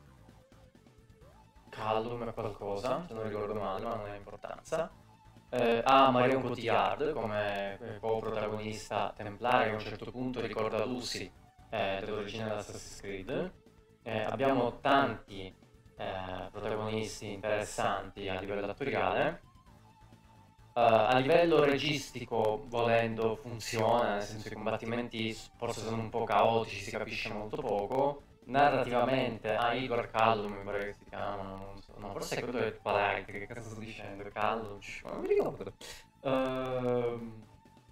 Callum è qualcosa se non ricordo male ma non ha importanza. Eh, ha Marion Cotillard come eh, co-protagonista templare che a un certo punto ricorda Lucy eh, dell'origine dell'Assassin's Creed. Eh, abbiamo tanti Eh, protagonisti interessanti a livello attoriale. Uh, a livello registico, volendo, funziona, nel senso che i combattimenti forse sono un po' caotici, si capisce molto poco. Narrativamente, a Igor Callum, mi pare che si chiama, non so, no, forse è quello del Palette, che cazzo sto dicendo? Callum, non mi ricordo. Uh,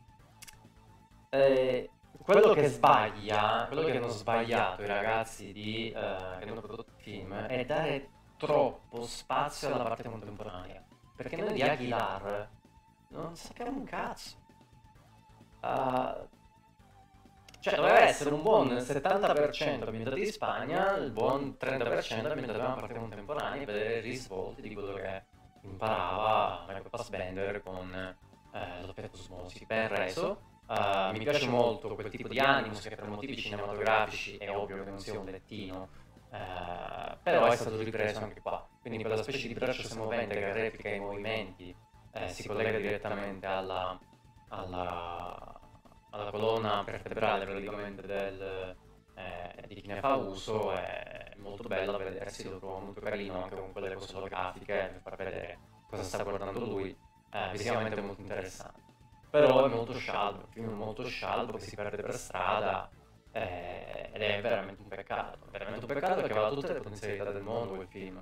eh, quello che sbaglia, quello che hanno sbagliato i ragazzi di, eh, che hanno prodotto il film è dare troppo spazio alla parte contemporanea. Perché noi di Aguilar non sappiamo un cazzo. Uh, cioè doveva essere un buon settanta per cento ambientato in Spagna, il buon trenta per cento ambientato nella parte contemporanea e vedere i risvolti di quello che imparava Michael Fassbender con eh, l'effetto osmosi. Ben reso. Uh, mi piace molto quel tipo di Animus che per motivi cinematografici è ovvio che non sia un lettino, uh, però è stato ripreso anche qua, quindi quella specie di braccio semovente che replica i movimenti eh, si collega direttamente alla, alla, alla colonna vertebrale praticamente del, eh, di chi ne fa uso, è molto bello da vedersi, lo trovo molto carino anche con quelle cose olografiche per far vedere cosa sta guardando lui, eh, visivamente molto interessante. Però è molto scialbo, il film è molto scialbo che si perde per strada eh, ed è veramente un peccato, veramente un peccato perché aveva tutte le potenzialità del mondo quel film.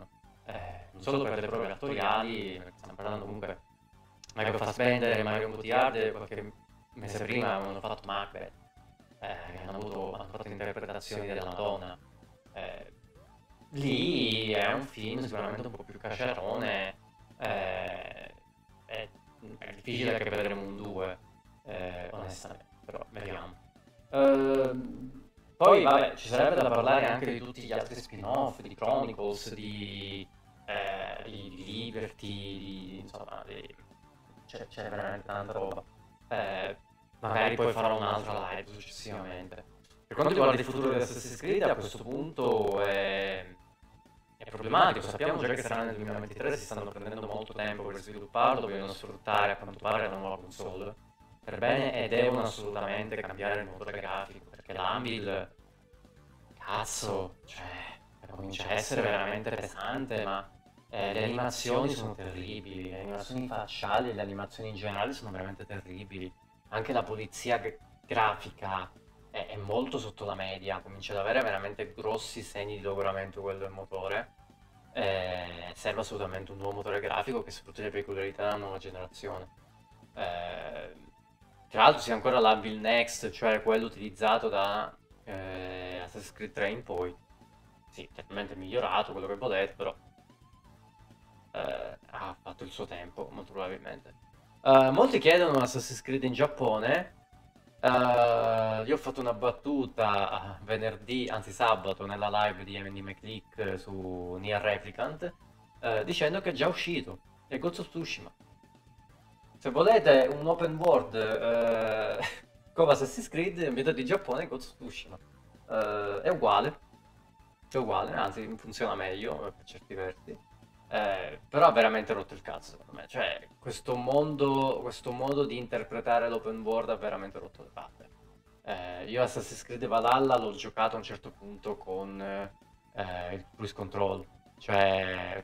eh, non solo per le prove attoriali, perché stiamo parlando comunque Michael Fassbender e Marion Cotillard qualche mese prima avevano fatto Macbeth, eh, hanno avuto, hanno fatto interpretazioni della Madonna. Eh, lì è un film sicuramente un po' più caciarone, eh, è, è difficile che vedremo un due, eh, onestamente, però vediamo. Ehm, Poi, vabbè, ci sarebbe da parlare anche di tutti gli altri spin-off, di Chronicles, di, eh, di, di Liberty, di, insomma, di- c'è, c'è veramente tanta roba. Eh, Magari poi farò un'altra live successivamente. Per quanto riguarda il futuro di Assassin's Creed, a questo punto è, è problematico. Sappiamo già che sarà nel duemilaventitré, si stanno prendendo molto tempo per svilupparlo, vogliono sfruttare a quanto pare la nuova console per bene e devono assolutamente cambiare il motore grafico, perché l'Anvil, cazzo, cioè, comincia a essere veramente pesante, ma eh, le animazioni sono terribili, le animazioni facciali e le animazioni in generale sono veramente terribili. Anche la polizia g- grafica è, è molto sotto la media, comincia ad avere veramente grossi segni di logoramento quello del motore. Eh, serve assolutamente un nuovo motore grafico che sfrutti le peculiarità della nuova generazione. Eh, Tra l'altro sia ancora l'Anvil Next, cioè quello utilizzato da eh, Assassin's Creed tre in poi. Sì, chiaramente migliorato, quello che volete, però eh, ha fatto il suo tempo, molto probabilmente. Eh, molti chiedono Assassin's Creed in Giappone. Eh, io ho fatto una battuta venerdì, anzi sabato, nella live di Emily McLeak su Nier Replicant, eh, dicendo che è già uscito, è Ghost of Tsushima. Se volete un open world eh, come Assassin's Creed, ambientato in Giappone, è Ghost of Tsushima. Eh, è uguale, è uguale, anzi funziona meglio eh, per certi versi. Eh, però ha veramente rotto il cazzo, secondo me. Cioè, questo mondo, questo modo di interpretare l'open world ha veramente rotto le palle. Eh, io Assassin's Creed Valhalla l'ho giocato a un certo punto con eh, il cruise control, cioè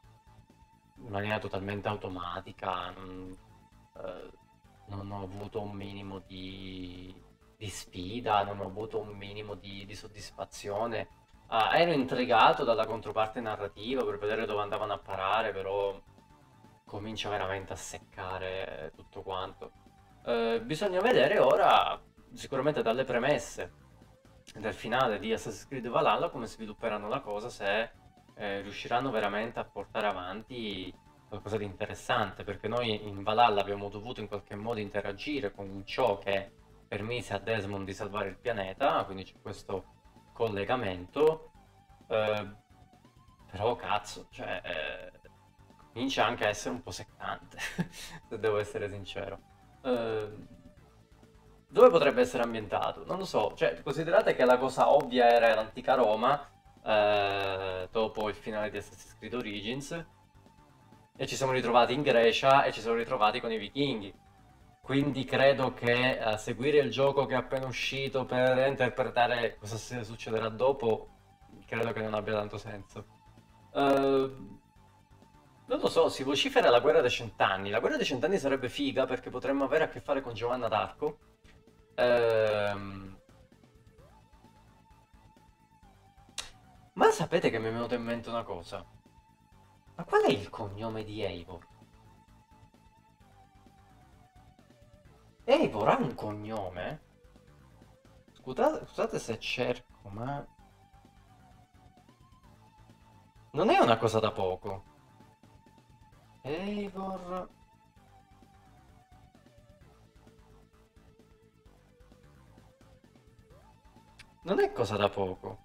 in maniera totalmente automatica. Non, eh, non ho avuto un minimo di, di sfida, non ho avuto un minimo di, di soddisfazione. Ah, ero intrigato dalla controparte narrativa per vedere dove andavano a parare, però comincia veramente a seccare tutto quanto. Eh, bisogna vedere ora, sicuramente dalle premesse del finale di Assassin's Creed Valhalla, come svilupperanno la cosa, se eh, riusciranno veramente a portare avanti qualcosa di interessante, perché noi in Valhalla abbiamo dovuto in qualche modo interagire con ciò che permise a Desmond di salvare il pianeta, quindi c'è questo collegamento, eh, però cazzo, cioè, eh, comincia anche a essere un po' seccante, se devo essere sincero. Eh, Dove potrebbe essere ambientato? Non lo so, cioè, considerate che la cosa ovvia era l'antica Roma, eh, dopo il finale di Assassin's Creed Origins, e ci siamo ritrovati in Grecia e ci siamo ritrovati con i vichinghi. Quindi credo che eh, seguire il gioco che è appena uscito per interpretare cosa se- succederà dopo, credo che non abbia tanto senso. Eh, Non lo so, si vocifera la guerra dei cent'anni. La guerra dei cent'anni sarebbe figa perché potremmo avere a che fare con Giovanna d'Arco. Ehm, Ma sapete che mi è venuta in mente una cosa? Ma qual è il cognome di Eivor? Eivor ha un cognome? Scusate, scusate se cerco, ma non è una cosa da poco. Eivor... Non è cosa da poco.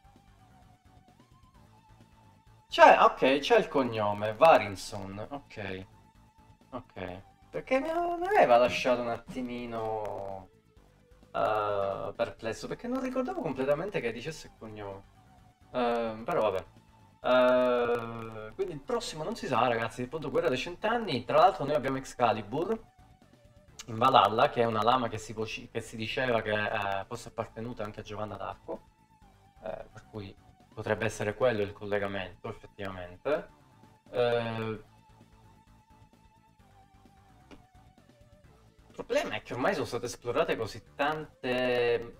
C'è, ok, c'è il cognome, Varinson, ok, ok. Perché mi mi aveva lasciato un attimino eh, perplesso, perché non ricordavo completamente che dicesse il cognome. Eh, però vabbè. Eh, quindi il prossimo non si sa, ragazzi, appunto Guerra dei Cent'anni. Tra l'altro noi abbiamo Excalibur in Valhalla, che è una lama che si, voci- che si diceva che eh, fosse appartenuta anche a Giovanna d'Arco, eh, per cui potrebbe essere quello il collegamento, effettivamente. Eh, il problema è che ormai sono state esplorate così tante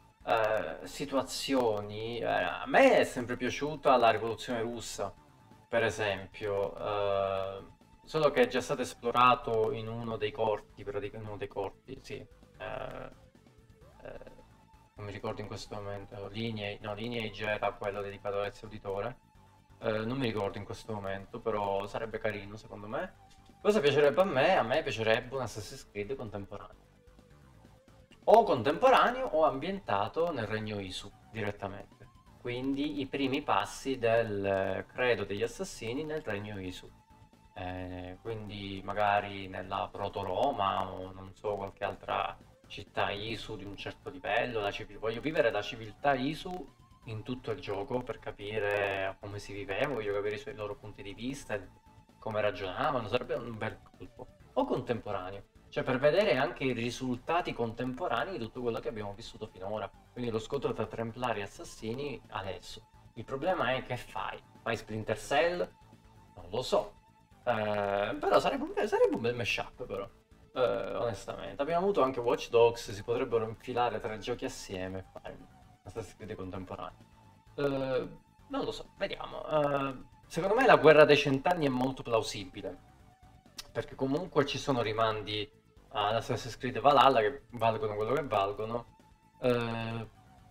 eh, situazioni. Eh, a me è sempre piaciuta la rivoluzione russa, per esempio, eh, solo che è già stato esplorato in uno dei corti, praticamente uno dei corti, sì. eh, eh, Non mi ricordo in questo momento, Lineage, no, Lineage era quello dedicato all'Ezio Auditore. Eh, non mi ricordo in questo momento, però sarebbe carino secondo me. Cosa piacerebbe a me? A me piacerebbe un Assassin's Creed contemporaneo. O contemporaneo o ambientato nel regno Isu direttamente. Quindi i primi passi del eh, credo degli assassini nel regno Isu. Eh, quindi magari nella Proto-Roma o non so, qualche altra città Isu di un certo livello. La civil- Voglio vivere la civiltà Isu in tutto il gioco per capire come si viveva, voglio capire i suoi loro punti di vista, e come ragionavano, sarebbe un bel colpo. O contemporaneo, cioè per vedere anche i risultati contemporanei di tutto quello che abbiamo vissuto finora. Quindi lo scontro tra Templari e Assassini adesso. Il problema è che fai? Fai Splinter Cell? Non lo so. Eh, però sarebbe un, bel, sarebbe un bel mashup però. Eh, onestamente. Abbiamo avuto anche Watch Dogs, si potrebbero infilare tre giochi assieme e fare Assassin's Creed contemporaneo. Eh, Non lo so, vediamo. Eh, secondo me la guerra dei cent'anni è molto plausibile, perché comunque ci sono rimandi ad Assassin's Creed Valhalla che valgono quello che valgono. Eh,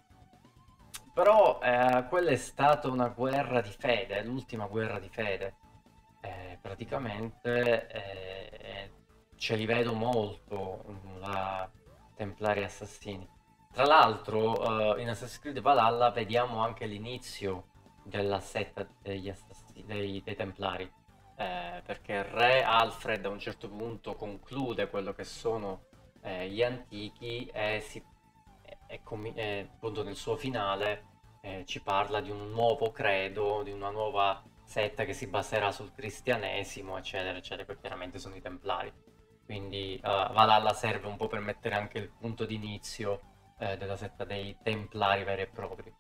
Però eh, quella è stata una guerra di fede, l'ultima guerra di fede. Eh, praticamente eh, ce li vedo molto mm, la Templari Assassini. Tra l'altro, eh, in Assassin's Creed Valhalla vediamo anche l'inizio della setta degli assassini, dei, dei Templari. Eh, perché il re Alfred a un certo punto conclude quello che sono eh, gli antichi e, si, e, e commi- e appunto nel suo finale eh, ci parla di un nuovo credo, di una nuova setta che si baserà sul cristianesimo, eccetera, eccetera, poi chiaramente sono i Templari. Quindi eh, Valhalla serve un po' per mettere anche il punto d'inizio eh, della setta dei Templari veri e propri.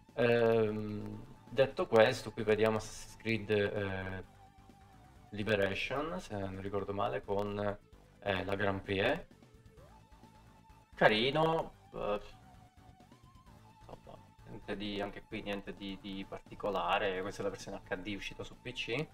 Ehm, detto questo, qui vediamo Assassin's Creed eh, Liberation, se non ricordo male, con eh, la Grand Prix. Carino, eh, insomma, niente di, anche qui niente di, di particolare. Questa è la versione H D uscita su P C.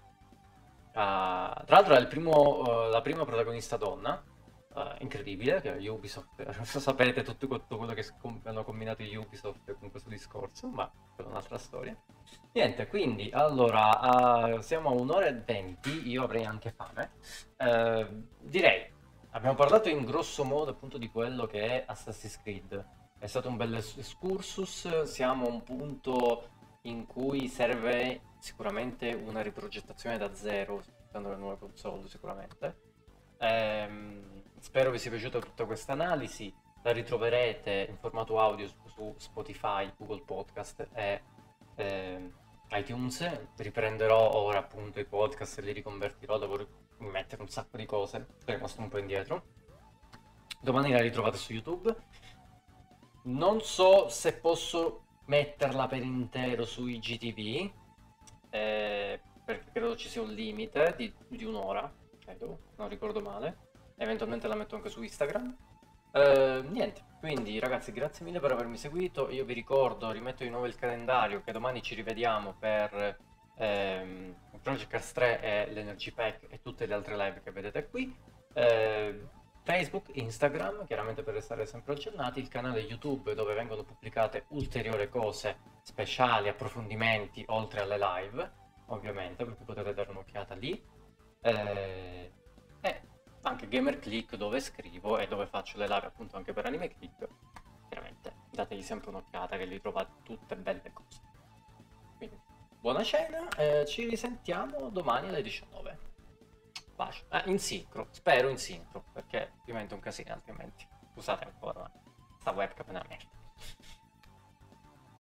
Ah, tra l'altro è il primo, eh, la prima protagonista donna, eh, incredibile, che è Ubisoft. Sapete tutto, tutto quello che scom- hanno combinato gli Ubisoft con questo discorso, ma è un'altra storia. Niente, quindi, allora, ah, siamo a un'ora e venti, io avrei anche fame. Eh, direi, abbiamo parlato in grosso modo appunto di quello che è Assassin's Creed. È stato un bel es- excursus, siamo a un punto in cui serve sicuramente una riprogettazione da zero, usando le nuove console sicuramente. Ehm, spero vi sia piaciuta tutta questa analisi, la ritroverete in formato audio su, su Spotify, Google Podcast e ehm, iTunes. Riprenderò ora appunto i podcast e li riconvertirò, devo mettere un sacco di cose, sono rimasto un po' indietro. Domani la ritrovate su YouTube. Non so se posso metterla per intero su I G T V, eh, perché credo ci sia un limite di, di un'ora, credo, non ricordo male. Eventualmente la metto anche su Instagram. Eh, niente, quindi ragazzi, grazie mille per avermi seguito. Io vi ricordo, rimetto di nuovo il calendario, che domani ci rivediamo per ehm, Project Cars tre e l'Energy Pack e tutte le altre live che vedete qui. Eh, Facebook, Instagram, chiaramente per restare sempre aggiornati, il canale YouTube dove vengono pubblicate ulteriori cose, speciali, approfondimenti, oltre alle live, ovviamente, per cui potete dare un'occhiata lì. Eh, e anche GamerClick dove scrivo e dove faccio le live appunto anche per Anime Click. Chiaramente dategli sempre un'occhiata che li trovate tutte belle cose. Quindi buona cena, eh, ci risentiamo domani alle diciannove. Bacio. Ah, in sincro, spero in sincro, perché diventa un casino altrimenti. Scusate ancora, ma sta webcam è una merda.